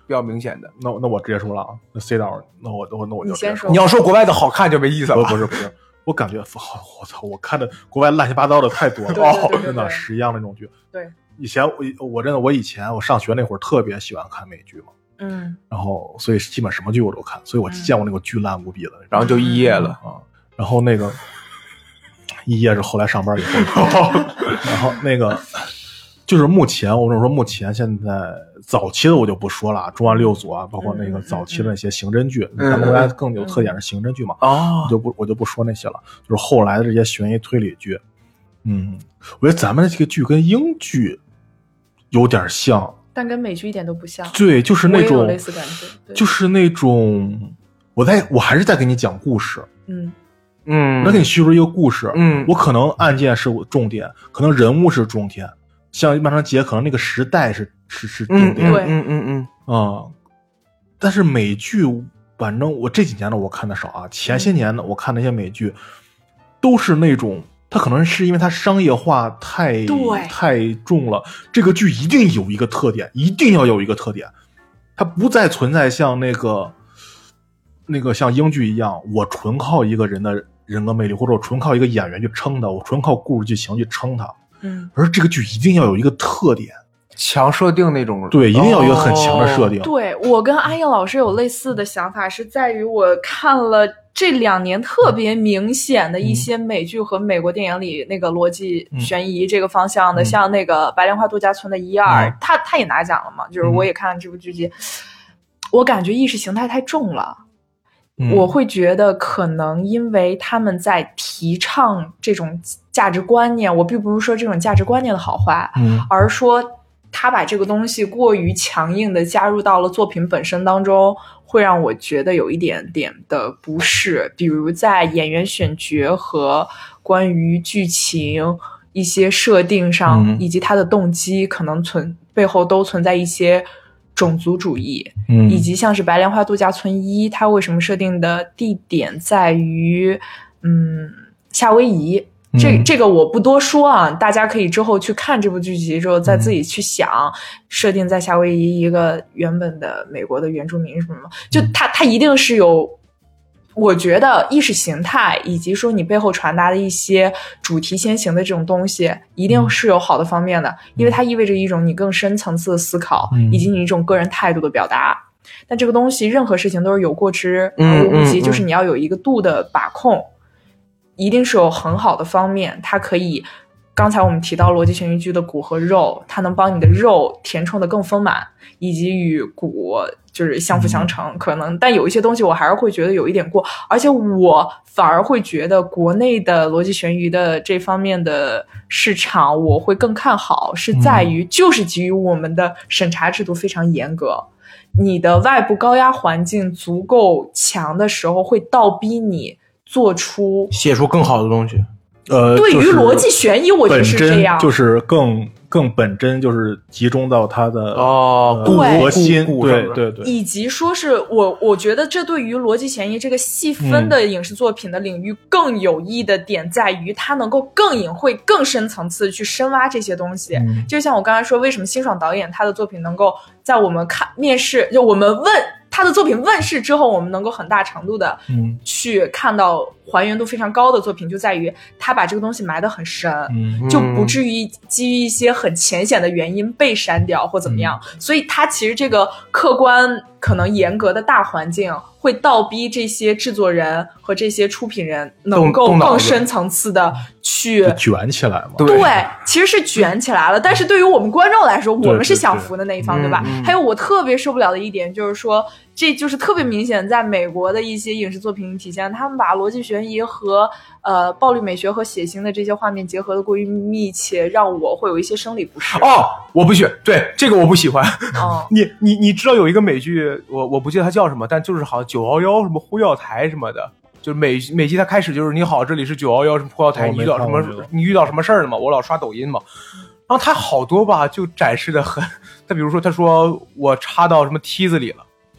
B: 比较明显的。
A: 那那我直接说了啊，那 C 档，那我我那我就
C: 你先说
B: 你要说国外的好看就没意思了。
A: 不不是不是，我感觉我操，我看的国外乱七八糟的太多了，
C: 对对对对
A: 哦，真的屎一样那种剧。
C: 对，
A: 以前我我真的我以前我上学那会儿特别喜欢看美剧嘛，
C: 嗯，
A: 然后所以基本什么剧我都看，所以我见过那个巨烂无比的，
B: 然后就一夜了
A: 啊，然后那个一夜是后来上班以后，然后那个就是目前我跟你说，目前现在早期的我就不说了，中央六组啊，包括那个早期的那些刑侦剧，
B: 嗯、
A: 咱们国家更有特点是刑侦剧嘛，
B: 哦，
A: 我就不我就不说那些了，就是后来的这些悬疑推理剧，嗯，我觉得咱们这个剧跟英剧有点像，
C: 但跟美剧一点都不像。
A: 对，就是那种
C: 类似感觉，
A: 就是那种，我在我还是在给你讲故事，
C: 嗯
B: 嗯，
A: 我给你叙述一个故事，
B: 嗯，
A: 我可能案件是重点，可能人物是重点，像漫长节可能那个时代是是是重点，
C: 对
B: 嗯嗯嗯
A: 啊、嗯，但是美剧，反正我这几年的我看的少啊，前些年的我看那些美剧，都是那种。它可能是因为它商业化太太重了，这个剧一定有一个特点，一定要有一个特点，它不再存在像那个那个像英剧一样，我纯靠一个人的人格魅力，或者我纯靠一个演员去撑他，我纯靠故事剧情去撑他，
C: 嗯，
A: 而这个剧一定要有一个特点，
B: 强设定那种，
A: 对，一定要有一个很强的设定。
C: 哦、对，我跟阿英老师有类似的想法，是在于我看了这两年特别明显的一些美剧和美国电影里那个逻辑悬疑这个方向的，嗯、像那个《白莲花度假村》的一二，嗯、他他也拿奖了嘛，就是我也看了这部剧集，嗯、我感觉意识形态太重了。嗯、我会觉得可能因为他们在提倡这种价值观念，我并不是说这种价值观念的好坏，
A: 嗯、
C: 而说他把这个东西过于强硬的加入到了作品本身当中，会让我觉得有一点点的不适，比如在演员选角和关于剧情一些设定上，嗯、以及他的动机可能存背后都存在一些种族主义，
A: 嗯，
C: 以及像是白莲花度假村一，它为什么设定的地点在于嗯夏威夷，这这个我不多说啊，大家可以之后去看这部剧集之后再自己去想，嗯、设定在夏威夷一个原本的美国的原住民什么，就它它一定是有，我觉得意识形态以及说你背后传达的一些主题先行的这种东西，一定是有好的方面的，嗯、因为它意味着一种你更深层次的思考，嗯、以及你一种个人态度的表达。但这个东西任何事情都是有过之而无不及，就是你要有一个度的把控。一定是有很好的方面，它可以，刚才我们提到逻辑悬疑剧的骨和肉，它能帮你的肉填充的更丰满，以及与骨就是相辅相成，可能，但有一些东西我还是会觉得有一点过，而且我反而会觉得国内的逻辑悬疑的这方面的市场，我会更看好，是在于就是基于我们的审查制度非常严格，你的外部高压环境足够强的时候，会倒逼你做出
B: 写出更好的东西，
A: 呃，
C: 对于逻辑悬疑，我觉得是这样，
A: 就是更更本真，就是集中到它的
B: 哦、
A: 呃、核心，
B: 对
A: 对对，
C: 以及说是我我觉得这对于逻辑悬疑这个细分的影视作品的领域更有益的点在于，它能够更隐晦、更深层次去深挖这些东西。嗯、就像我刚才说，为什么辛爽导演他的作品能够在我们看面试，就我们问。他的作品问世之后，我们能够很大程度的去看到还原度非常高的作品，就在于他把这个东西埋得很深，
A: 嗯、
C: 就不至于基于一些很浅显的原因被删掉或怎么样。嗯、所以他其实这个客观可能严格的大环境会倒逼这些制作人和这些出品人能够更深层次的去
A: 卷起来嘛。
C: 对，其实是卷起来了，但是对于我们观众来说，我们是享福的那一方， 对, 对, 对, 对吧？嗯、还有我特别受不了的一点就是说，这就是特别明显在美国的一些影视作品体现，他们把逻辑悬疑和呃暴力美学和血腥的这些画面结合的过于密切，让我会有一些生理不适。
B: 哦，我不喜，对这个我不喜欢。
C: 哦，
B: 你你你知道有一个美剧，我我不记得它叫什么，但就是好像九幺幺什么呼药台什么的。就是每每集它开始就是你好，这里是九幺幺什么呼药台，你遇到什么你遇到什么事儿了吗？我老刷抖音嘛，然后它好多吧就展示的很，他比如说他说我插到什么梯子里了，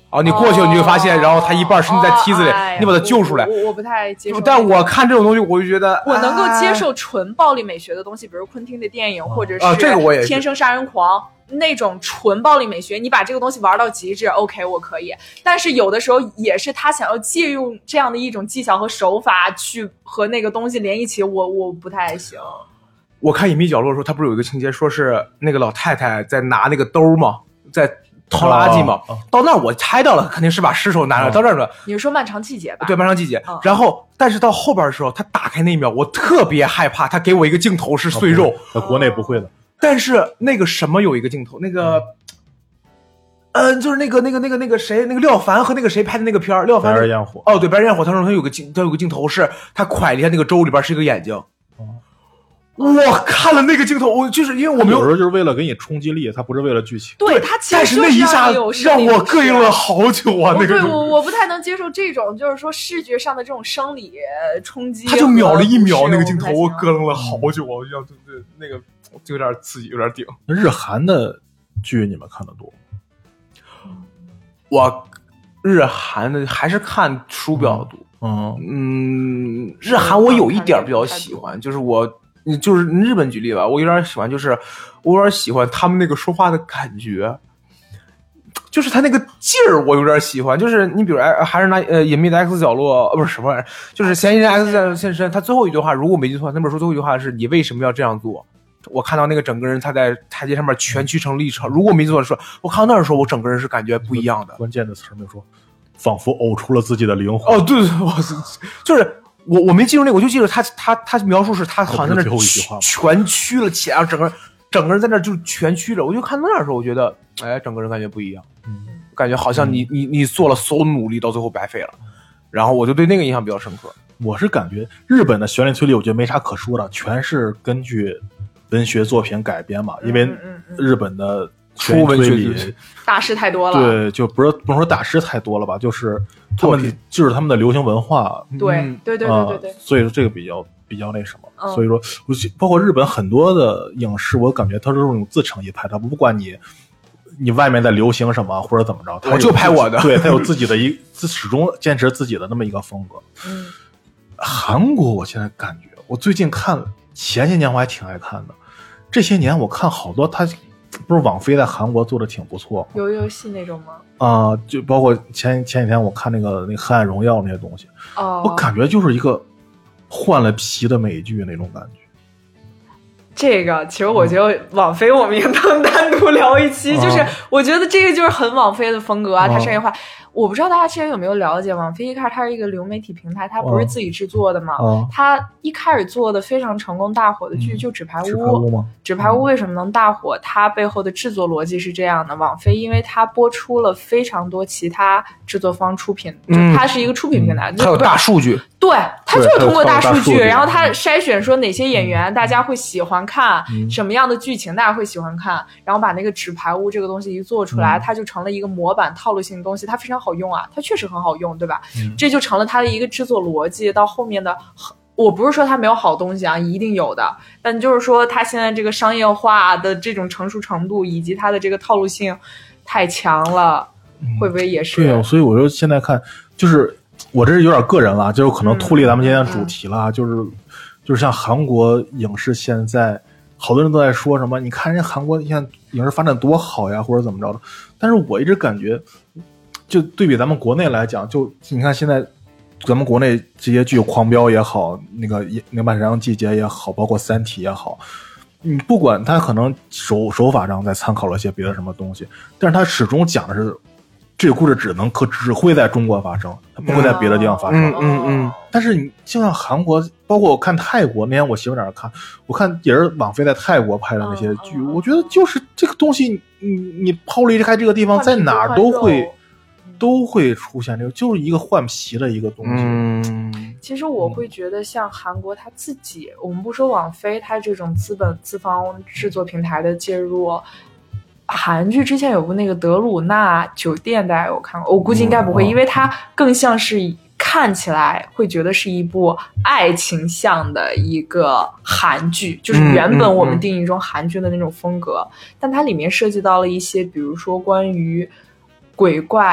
B: 哦，你过去了你就发现，
C: 哦、
B: 然后他一半身在梯子里，
C: 哦哎、
B: 你把他救出来。
C: 我我不太接受、那个，
B: 但我看这种东西，我就觉得
C: 我能够接受纯暴力美学的东西，比如昆汀的电影，
A: 哦、
C: 或者
B: 是、啊、这个我也
C: 是天生杀人狂。那种纯暴力美学，你把这个东西玩到极致 ，OK， 我可以。但是有的时候也是他想要借用这样的一种技巧和手法去和那个东西连一起，我我不太行。
B: 我看隐秘角落的时候，他不是有一个情节，说是那个老太太在拿那个兜嘛，在掏垃圾嘛。
A: 哦哦、
B: 到那我猜到了，肯定是把尸首拿着。哦、到这儿了，
C: 你是说漫长季节吧？
B: 对，漫长季节。
C: 哦、
B: 然后，但是到后边的时候，他打开那一秒，我特别害怕，他给我一个镜头是碎肉。
A: 在、哦、国内不会的。
B: 但是那个什么有一个镜头，那个，嗯、呃，就是那个那个那个那个谁，那个廖凡和那个谁拍的那个片儿，廖凡
A: 白日焰火。
B: 哦，对，白日焰火，他说他有个镜，他有个镜头是他蒯了一下那个粥里边是一个眼睛。
A: 哦，
B: 我看了那个镜头，我就是因为我们
A: 有时候就是为了给你冲击力，他不是为了剧情。
C: 对，他其实
B: 但是那一下让我膈应了好久啊！那个
C: 对我我不太能接受这种，就是说视觉上的这种生理冲击。
B: 他就秒了一秒那个镜头，我咯噔了好久啊！我就像对那个。就有点刺激，有点顶。
A: 日韩的剧你们看得多？
B: 我日韩的还是看书比较多。
A: 嗯
B: 嗯，日韩我有一点比较喜欢，就是我就是日本举例吧，我有点喜欢，就是我有点喜欢他们那个说话的感觉，就是他那个劲儿，我有点喜欢。就是你比如还是拿呃隐秘的 X 角落，呃不是什么玩意儿，就是嫌疑人 X 现身，他最后一句话，如果没记错，那本书最后一句话是你为什么要这样做？我看到那个整个人他在台阶上面蜷曲成立成，如果没错的说，我看到那儿的时候，我整个人是感觉不一样的。
A: 关键的词没有说，仿佛呕出了自己的灵魂。
B: 哦，对对，我就是我我没记住那个，我就记住他他他描述是他好像在那蜷曲了起来，整个整个人在那就蜷曲了。我就看到那儿的时候，我觉得哎，整个人感觉不一样，
A: 嗯，
B: 感觉好像你、嗯、你你做了所有努力到最后白费了。然后我就对那个印象比较深刻。
A: 我是感觉日本的悬疑推理，我觉得没啥可说的，全是根据文学作品改编嘛，因为日本的
B: 出文学
C: 大师太多了，
A: 对，就不是不能说大师太多了吧，就是他们就是他们的流行文化，
C: 对对对对对对，
A: 所以说这个比较比较那什么，嗯、所以说包括日本很多的影视，我感觉它是那种自成一派，它不管你你外面在流行什么或者怎么着，
B: 我就拍我的，
A: 对，它有自己的一始终坚持自己的那么一个风格。
C: 嗯，
A: 韩国我现在感觉，我最近看前些年我还挺爱看的。这些年我看好多，他不是网飞在韩国做的挺不错，
C: 游游戏那种吗？
A: 啊、呃，就包括前前几天我看那个那个《黑暗荣耀》那些东西，
C: 哦，
A: 我感觉就是一个换了皮的美剧那种感觉。
C: 这个其实我觉得网飞我们也能单独聊一期，嗯、就是我觉得这个就是很网飞的风格啊，它商业化。我不知道大家之前有没有了解，网飞一开始它是一个流媒体平台，它不是自己制作的嘛？
A: 哦、
C: 它一开始做的非常成功大火的剧就《纸牌屋》。
A: 纸牌屋吗？
C: 纸牌屋为什么能大火？它背后的制作逻辑是这样的：网飞因为它播出了非常多其他制作方出品，
B: 嗯、
C: 就它是一个出品平台，
B: 它有大数据。
C: 对，它就是通过大数据，
A: 据
C: 然后它筛选说哪些演员大家会喜欢看，
A: 嗯、
C: 什么样的剧情大家会喜欢看，然后把那个纸牌屋这个东西一做出来，
A: 嗯、
C: 它就成了一个模板套路性的东西，它非常好用啊，它确实很好用，对吧？
A: 嗯、
C: 这就成了它的一个制作逻辑。到后面的，我不是说它没有好东西啊，一定有的，但就是说它现在这个商业化的这种成熟程度以及它的这个套路性太强了，
A: 嗯、
C: 会不会也是？
A: 对啊，所以我说现在看就是我这是有点个人了，就是可能脱离咱们今天的主题了，嗯、就是就是像韩国影视现在好多人都在说什么，你看人家韩国现在影视发展多好呀，或者怎么着的，但是我一直感觉，就对比咱们国内来讲，就你看现在咱们国内这些剧，狂飙也好，那个那个漫长季节也好，包括三体也好，你不管他可能手手法上再参考了一些别的什么东西，但是他始终讲的是这个故事只能可只会在中国发生，它不会在别的地方发生。
B: 嗯嗯嗯。
A: 但是你就像韩国，包括我看泰国，那天我媳妇在那看，我看也是网飞在泰国拍的那些剧，
C: 嗯、
A: 我觉得就是这个东西，你你抛离开这个地方，在哪儿都会都会出现这个，就是一个换皮的一个东西。
B: 嗯，
C: 其实我会觉得，像韩国他自己，我们不说网飞，它这种资本资方制作平台的介入。韩剧之前有部那个德鲁纳酒店，大家有看过？我估计应该不会，
A: 嗯、
C: 因为它更像是看起来会觉得是一部爱情向的一个韩剧，就是原本我们定义中韩剧的那种风格，嗯嗯嗯、但它里面涉及到了一些，比如说关于鬼怪。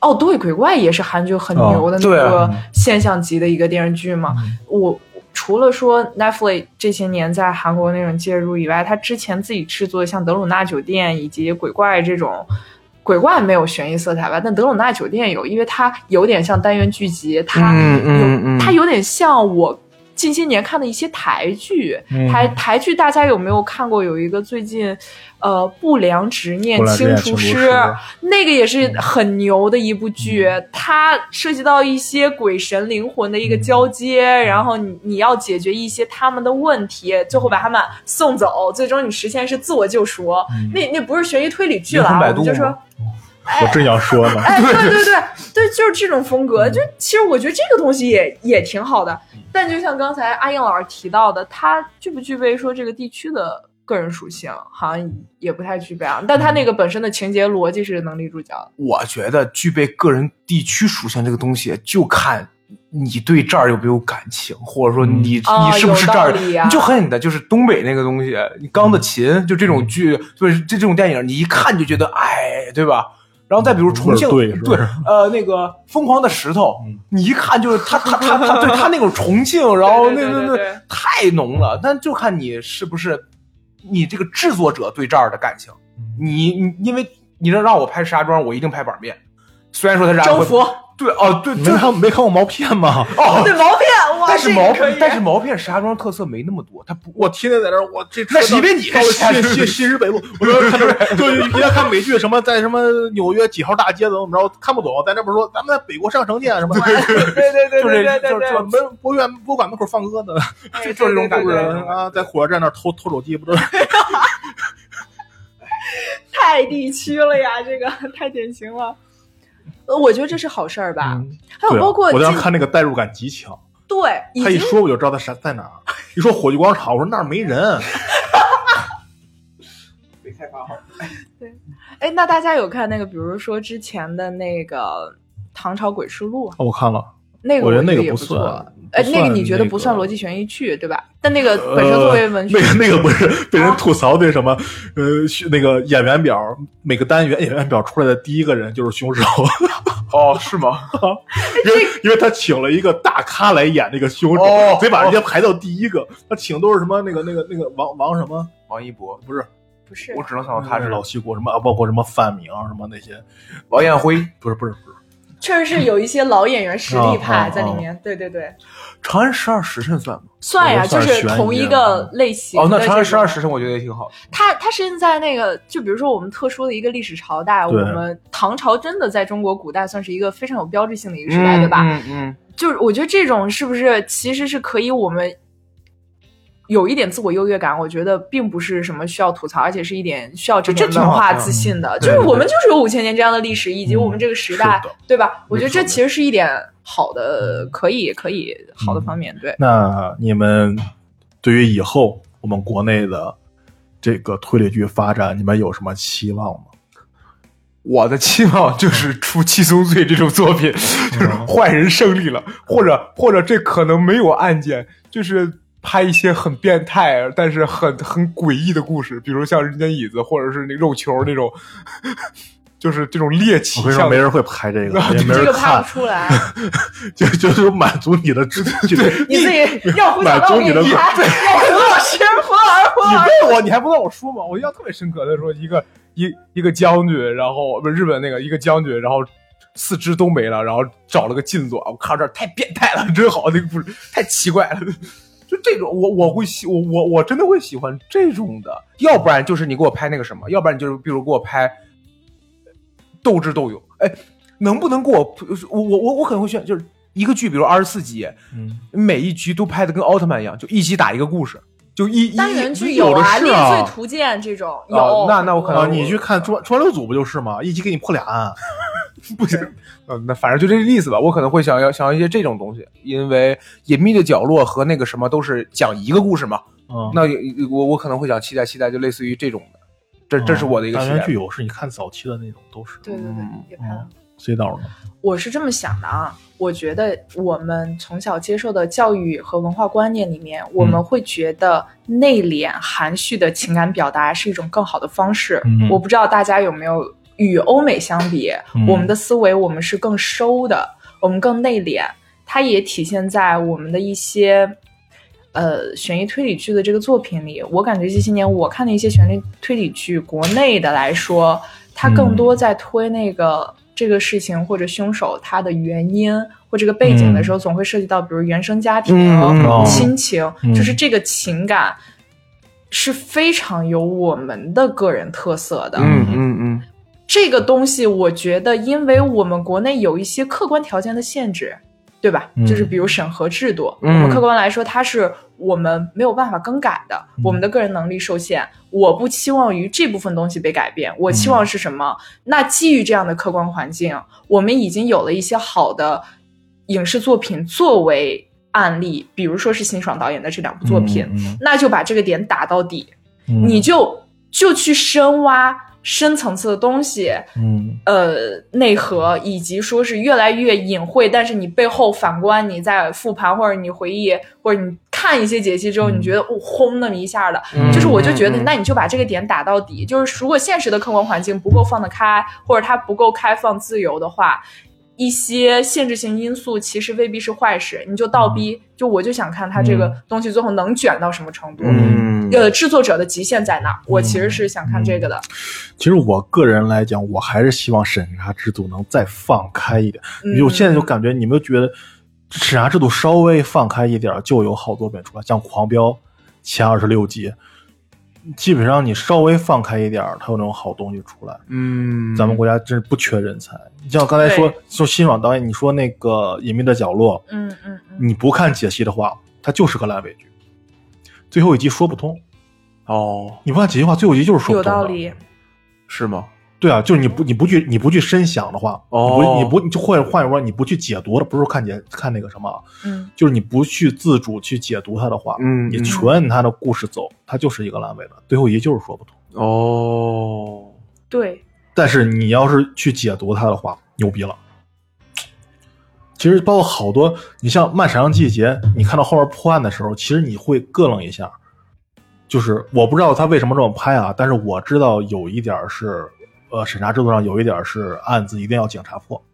C: 哦，对，鬼怪也是韩剧很牛的那个
B: 哦
C: 现象级的一个电视剧嘛。
A: 嗯、
C: 我除了说 Netflix 这些年在韩国那种介入以外，他之前自己制作的像德鲁纳酒店以及鬼怪这种。鬼怪没有悬疑色彩吧，但德鲁纳酒店有，因为它有点像单元剧集，它有、
B: 嗯嗯嗯、
C: 它有点像我近些年看的一些台剧。
A: 嗯、
C: 台台剧大家有没有看过？有一个最近呃不良执念清除师，那个也是很牛的一部剧，嗯、它涉及到一些鬼神灵魂的一个交接，嗯、然后你你要解决一些他们的问题，最后把他们送走，最终你实现是自我救赎。嗯、那那不是悬疑推理剧了，我们就说。
A: 我正想说呢，
C: 哎，对对对对，就是这种风格。就其实我觉得这个东西也也挺好的，但就像刚才阿英老师提到的，它具不具备说这个地区的个人属性，好像也不太具备啊。但它那个本身的情节逻辑是能立住脚的。
B: 我觉得具备个人地区属性这个东西，就看你对这儿有没有感情，或者说你、
C: 嗯、
B: 你是不是这儿，
C: 啊、
B: 你就很简单，就是东北那个东西，你钢的琴，嗯、就这种剧，就是这这种电影，你一看就觉得，哎，对吧？然后再比如重庆，
A: 对
B: 对，呃，那个疯狂的石头，嗯、你一看就是他他他他对他那种重庆，然后那那那太浓了。但就看你是不是你这个制作者对这儿的感情。你你因为你让让我拍石家庄，我一定拍板面。虽然说他是
C: 征服，
B: 对哦对，
A: 没看没看过毛片吗？
C: 哦，对毛片，哇，
B: 但是毛
C: 片
B: 但是毛片石家庄特色没那么多，他不，
A: 我天天在那儿，我这
B: 那是因为你
A: 到了新新新市北路，我就看着就一天看美剧，什么在什么纽约几号大街怎么着看不懂，在那边说咱们在北国上城见什么，
C: 对对对对
A: 对
C: 对对，
A: 就是门博物院博物馆门口放鸽子，就就是这种感觉啊，在火车站那偷偷手机，不是。
C: 太地区了呀，这个太典型了。呃，我觉得这是好事儿吧。嗯、还有包括
A: 我当时看那个代入感极强。
C: 对，
A: 他一说我就知道他在哪儿。一说火炬广场，我说那儿没人。
B: 没开发好。
C: 对，哎，那大家有看那个，比如说之前的那个《唐朝诡事录》？
A: 我看了。
C: 那个
A: 我觉得那个
C: 不
A: 算。
C: 哎，那个你觉得不算逻辑悬疑剧，对吧？但那个本身作为文学，
A: 呃、那个那个不是被人吐槽的什么？啊、呃，那个演员表，每个单元演员表出来的第一个人就是凶手。
B: 哦，是吗？
A: 因为因为他请了一个大咖来演那个凶手，
B: 哦、
A: 所以把人家排到第一个。哦、他请都是什么那个那个那个王王什么
B: 王一博，
A: 不是
C: 不是，
B: 我只能想到他是
A: 老戏骨什么，包括什么范明什么那些，
B: 王艳辉，
A: 不是不是不是。
C: 确实是有一些老演员实力派在里面，
A: 哦哦、
C: 对对对。
B: 长安十二时辰算吗？
C: 算呀，就是同一个类型。
B: 哦，那长安十二时辰我觉得也挺好。
C: 它它是在那个，就比如说我们特殊的一个历史朝代，我们唐朝真的在中国古代算是一个非常有标志性的一个时代，
B: 嗯、
C: 对吧？
B: 嗯嗯。
C: 就是我觉得这种是不是其实是可以我们。有一点自我优越感，我觉得并不是什么需要吐槽，而且是一点需要这点文化自信的。就是我们就是有五千年这样的历史，以及我们这个时代，
A: 嗯、
C: 对吧？我觉得这其实是一点好的，可以可以好的方面。对。
A: 那你们对于以后我们国内的这个推理剧发展，你们有什么期望吗？
B: 我的期望就是出七宗罪这种作品，就是坏人胜利了，或者或者这可能没有案件，就是拍一些很变态但是很很诡异的故事，比如像人间椅子或者是那肉球那种，就是这种猎奇。
A: 为什么没人会拍这个？也没人看，
C: 这个拍不出来，
A: 就就是满足你的知觉，
C: 你自己要胡
A: 满足你的
C: 对，要胡老师胡老师胡老师。
B: 你问我，你还不让我说吗？我印象特别深刻的说，一个一一个将军，然后不是日本那个一个将军，然后四肢都没了，然后找了个镜子，我看这太变态了，真好，那个故事太奇怪了。就这种，我我会喜我我我真的会喜欢这种的，要不然就是你给我拍那个什么，要不然你就是比如给我拍斗智斗勇，哎，能不能给我我我我我可能会选就是一个剧，比如二十四集，嗯，每一集都拍的跟奥特曼一样，就一集打一个故事，就一
C: 单元剧
A: 有
C: 啊，
A: 啊，
C: 猎罪图鉴这种有，
B: 哦、那那我可能、
A: 啊、你去看专专六组不就是吗？一集给你破俩案。
B: 不行，嗯，那反正就这个意思吧。我可能会想要想要一些这种东西，因为隐秘的角落和那个什么都是讲一个故事嘛。嗯，那我我可能会想期待期待，就类似于这种的。这这是我的一个期待。
A: 单元剧有是你看早期的那种都是。
C: 对对对，也拍了。
A: C导呢？
C: 我是这么想的啊，我觉得我们从小接受的教育和文化观念里面，我们会觉得内敛含蓄的情感表达是一种更好的方式。嗯、我不知道大家有没有与欧美相比，
A: 嗯、
C: 我们的思维我们是更收的，我们更内敛，它也体现在我们的一些呃悬疑推理剧的这个作品里。我感觉这些年我看的一些悬疑推理剧，国内的来说，它更多在推那个、嗯、这个事情或者凶手他的原因或这个背景的时候，嗯、总会涉及到比如原生家庭、嗯、亲情、嗯、就是这个情感是非常有我们的个人特色的。
B: 嗯嗯嗯，
C: 这个东西我觉得因为我们国内有一些客观条件的限制，对吧、嗯、就是比如审核制度、嗯、我们客观来说它是我们没有办法更改的、嗯、我们的个人能力受限，我不期望于这部分东西被改变，我期望是什么、嗯、那基于这样的客观环境，我们已经有了一些好的影视作品作为案例，比如说是辛爽导演的这两部作品、嗯嗯、那就把这个点打到底、嗯、你就就去深挖深层次的东西，
A: 嗯，
C: 呃，内核，以及说是越来越隐晦，但是你背后反观，你在复盘或者你回忆或者你看一些解析之后，嗯、你觉得哦轰那么一下的、嗯，就是我就觉得、嗯，那你就把这个点打到底。就是如果现实的客观环境不够放得开，或者它不够开放自由的话，一些限制性因素其实未必是坏事，你就倒逼，嗯、就我就想看它这个东西最后能卷到什么程度。
A: 嗯，
C: 呃，制作者的极限在哪、嗯？我其实是想看这个的。
A: 其实我个人来讲，我还是希望审查制度能再放开一点。嗯、我现在就感觉，你们觉得审查制度稍微放开一点，就有好作品出来，像《狂飙》前二十六集。基本上你稍微放开一点，它有那种好东西出来。
B: 嗯，
A: 咱们国家真是不缺人才。你像刚才说，说辛爽导演，你说那个《隐秘的角落》，
C: 嗯嗯嗯，
A: 你不看解析的话，它就是个烂尾剧。最后一集说不通。
B: 哦，
A: 你不看解析的话，最后一集就是说不通的。
C: 有道理。
B: 是吗？
A: 对啊，就是你不你不去你不去深想的话，
B: 哦，
A: 你不你不你就换换句话说，你不去解读的，不是说看解看那个什么，
C: 嗯，
A: 就是你不去自主去解读它的话，
B: 嗯，
A: 你纯按它的故事走，它就是一个烂尾的，最后一集就是说不通。
B: 哦，
C: 对。
A: 但是你要是去解读它的话，牛逼了。其实包括好多，你像《漫长的季节》，你看到后面破案的时候，其实你会咯楞一下。就是我不知道他为什么这么拍啊，但是我知道有一点是，呃，审查制度上有一点是案子一定要警察破。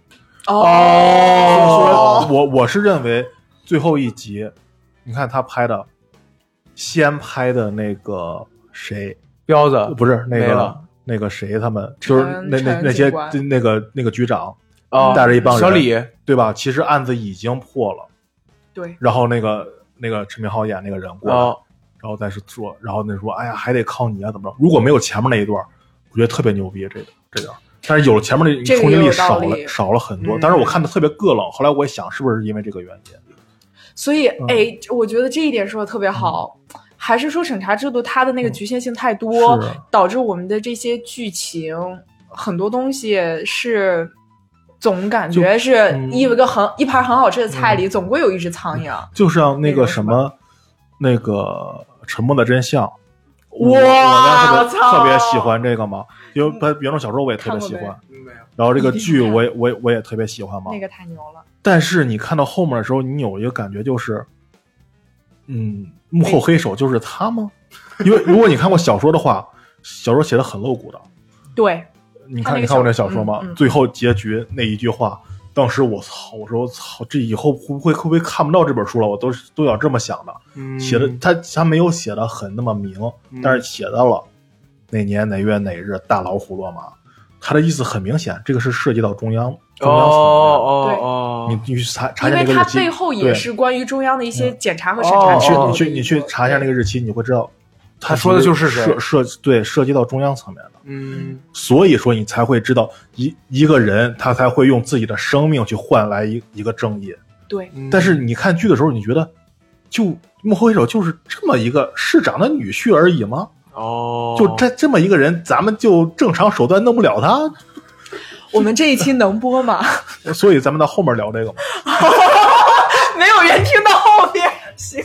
C: 哦，
A: 我我是认为最后一集，你看他拍的，先拍的那个谁，
B: 彪子
A: 不是那个那个谁，他们就是那那那些那个那个局长
B: 啊，
A: 带着一帮人，
B: 小李
A: 对吧？其实案子已经破了，
C: 对。
A: 然后那个那个陈明昊演那个人过来。
B: 哦，
A: 然后再是说，然后那说，哎呀，还得靠你啊，怎么着？如果没有前面那一段，我觉得特别牛逼，这个这点。但是有了前面的冲击力少了，少了很多。但是我看的特别膈冷，后来我也想，是不是因为这个原因？
C: 所以，哎、嗯，我觉得这一点说的特别好。嗯、还是说审查制度它的那个局限性太多，
A: 嗯、
C: 导致我们的这些剧情很多东西是。总感觉是一个很、嗯、一盘很好吃的菜里，嗯、总归有一只苍蝇。
A: 就像那个什么，那个《沉默的真相》，
C: 哇，
A: 我特别特别喜欢这个嘛，因为原著小说我也特别喜欢。然后这个剧我也我也我也特别喜欢嘛。
C: 那个太牛了。
A: 但是你看到后面的时候，你有一个感觉就是，嗯，幕后黑手就是他吗？因为如果你看过小说的话，小说写的很露骨的。
C: 对。
A: 你看你看过那小说吗？
C: 嗯嗯、
A: 最后结局那一句话，当时我操，我说我操，这以后会不会会不会看不到这本书了？我都都要这么想的。
B: 嗯、
A: 写的他他没有写的很那么明，
B: 嗯、
A: 但是写到了哪年哪月哪日大老虎落马，他的意思很明显，这个是涉及到中央中央层面。
B: 哦哦，
A: 你你去查查一下那个日期，
C: 因为它背后也是关于中央的一些检查和审查制度。
A: 你去你去查一下那个日期，你会知道。
B: 他说的就是
A: 涉涉对涉及到中央层面的，
B: 嗯，
A: 所以说你才会知道一一个人他才会用自己的生命去换来一一个正义，
C: 对。
A: 但是你看剧的时候，你觉得就幕后黑手就是这么一个市长的女婿而已吗？
B: 哦，
A: 就这这么一个人，咱们就正常手段弄不了他。
C: 我们这一期能播吗？
A: 所以咱们到后面聊这个嘛。
C: 没有人听到后面，行。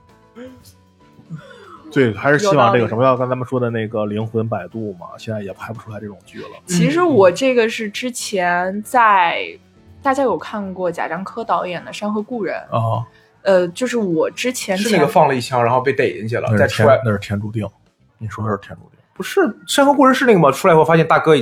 A: 对，还是希望这个什么，要跟咱们说的那个灵魂摆渡嘛，现在也拍不出来这种剧了。
C: 其实我这个是之前在，大家有看过贾樟柯导演的《山河故人》
A: 啊？
C: 呃，就是我之前
B: 是那个放了一枪，然后被逮进去了，再出来，
A: 那是天注定。你说的是天注定，
B: 不是《山河故人》是那个吗？出来以后发现大哥已经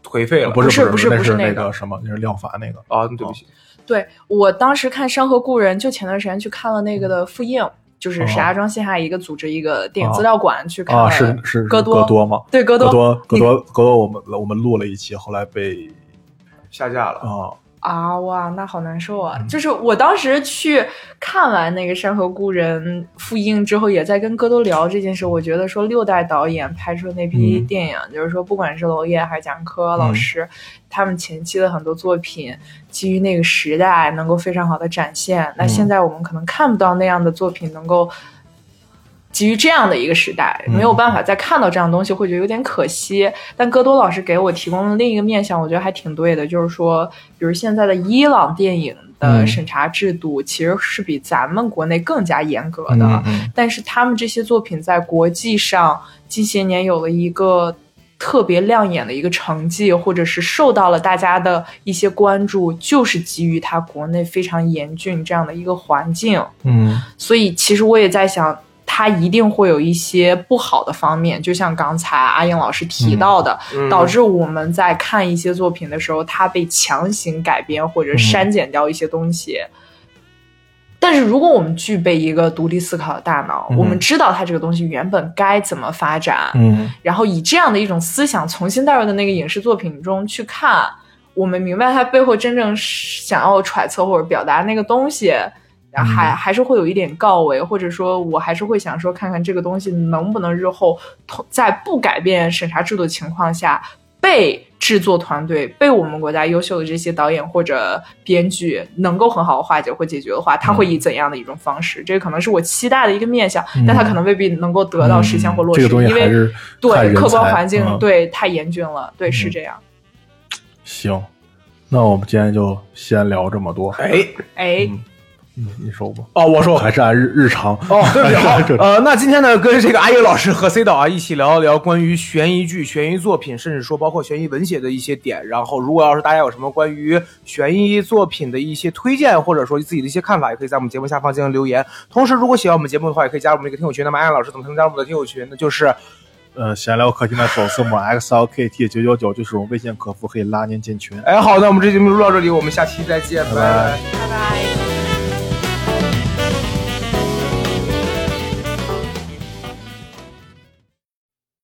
B: 颓废了。
A: 不是
C: 不是不是
A: 那是
C: 那个
A: 个什么，那是廖凡那个。
B: 啊，对不起。
C: 对，我当时看《山河故人》，就前段时间去看了那个的复映。就是石家庄线下一个组织一个电影资料馆去看了、
A: 啊，是是
C: 戈多
A: 戈多吗？
C: 对，戈多
A: 戈多戈多戈多，我们我们录了一期，后来被
B: 下架了
A: 啊
C: 啊！哇，那好难受啊！嗯、就是我当时去看完那个《山河故人》复映之后，也在跟戈多聊这件事。我觉得说六代导演拍出的那批电影，嗯、就是说不管是娄烨还是蒋科老师、嗯，他们前期的很多作品，基于那个时代能够非常好的展现。那现在我们可能看不到那样的作品能够。基于这样的一个时代，没有办法再看到这样的东西，会觉得有点可惜。但戈多老师给我提供的另一个面向，我觉得还挺对的，就是说，比如现在的伊朗电影的审查制度，其实是比咱们国内更加严格的。
A: 嗯嗯、
C: 但是他们这些作品在国际上近些年有了一个特别亮眼的一个成绩，或者是受到了大家的一些关注，就是基于它国内非常严峻这样的一个环境。
A: 嗯，
C: 所以其实我也在想。它一定会有一些不好的方面，就像刚才阿英老师提到的、嗯、导致我们在看一些作品的时候，它被强行改编或者删减掉一些东西、嗯、但是如果我们具备一个独立思考的大脑、嗯、我们知道它这个东西原本该怎么发展、
A: 嗯、然
C: 后以这样的一种思想重新带入的那个影视作品中去看，我们明白它背后真正想要揣测或者表达那个东西，还还是会有一点告慰，或者说我还是会想说看看这个东西能不能日后在不改变审查制度的情况下被制作团队被我们国家优秀的这些导演或者编剧能够很好的化解或解决的话，他会以怎样的一种方式、嗯、这个可能是我期待的一个面向、嗯、但他可能未必能够得到实现或落实、
A: 嗯、这个东西还是
C: 因为对客观环境、
A: 嗯、
C: 对太严峻了，对、嗯、是这样。
A: 行，那我们今天就先聊这么多。
B: 哎
C: 哎、
A: 嗯你你说吧。
B: 哦，我说
A: 还是按日日常。
B: 哦，对不起，好，呃，那今天呢，跟这个阿英老师和 C 导啊一起聊一聊关于悬疑剧、悬疑作品，甚至说包括悬疑文学的一些点。然后，如果要是大家有什么关于悬疑作品的一些推荐，或者说自己的一些看法，也可以在我们节目下方进行留言。同时，如果喜欢我们节目的话，也可以加入我们这个听友群。那么，阿英老师怎么才能加入我们的听友群呢？就是。
A: 呃，闲聊客厅的首字母 X L K T 九九九就是我们微信客服，可以拉您进群。
B: 哎，好，那我们这节目录到这里，我们下期再见，拜拜。
C: 拜拜。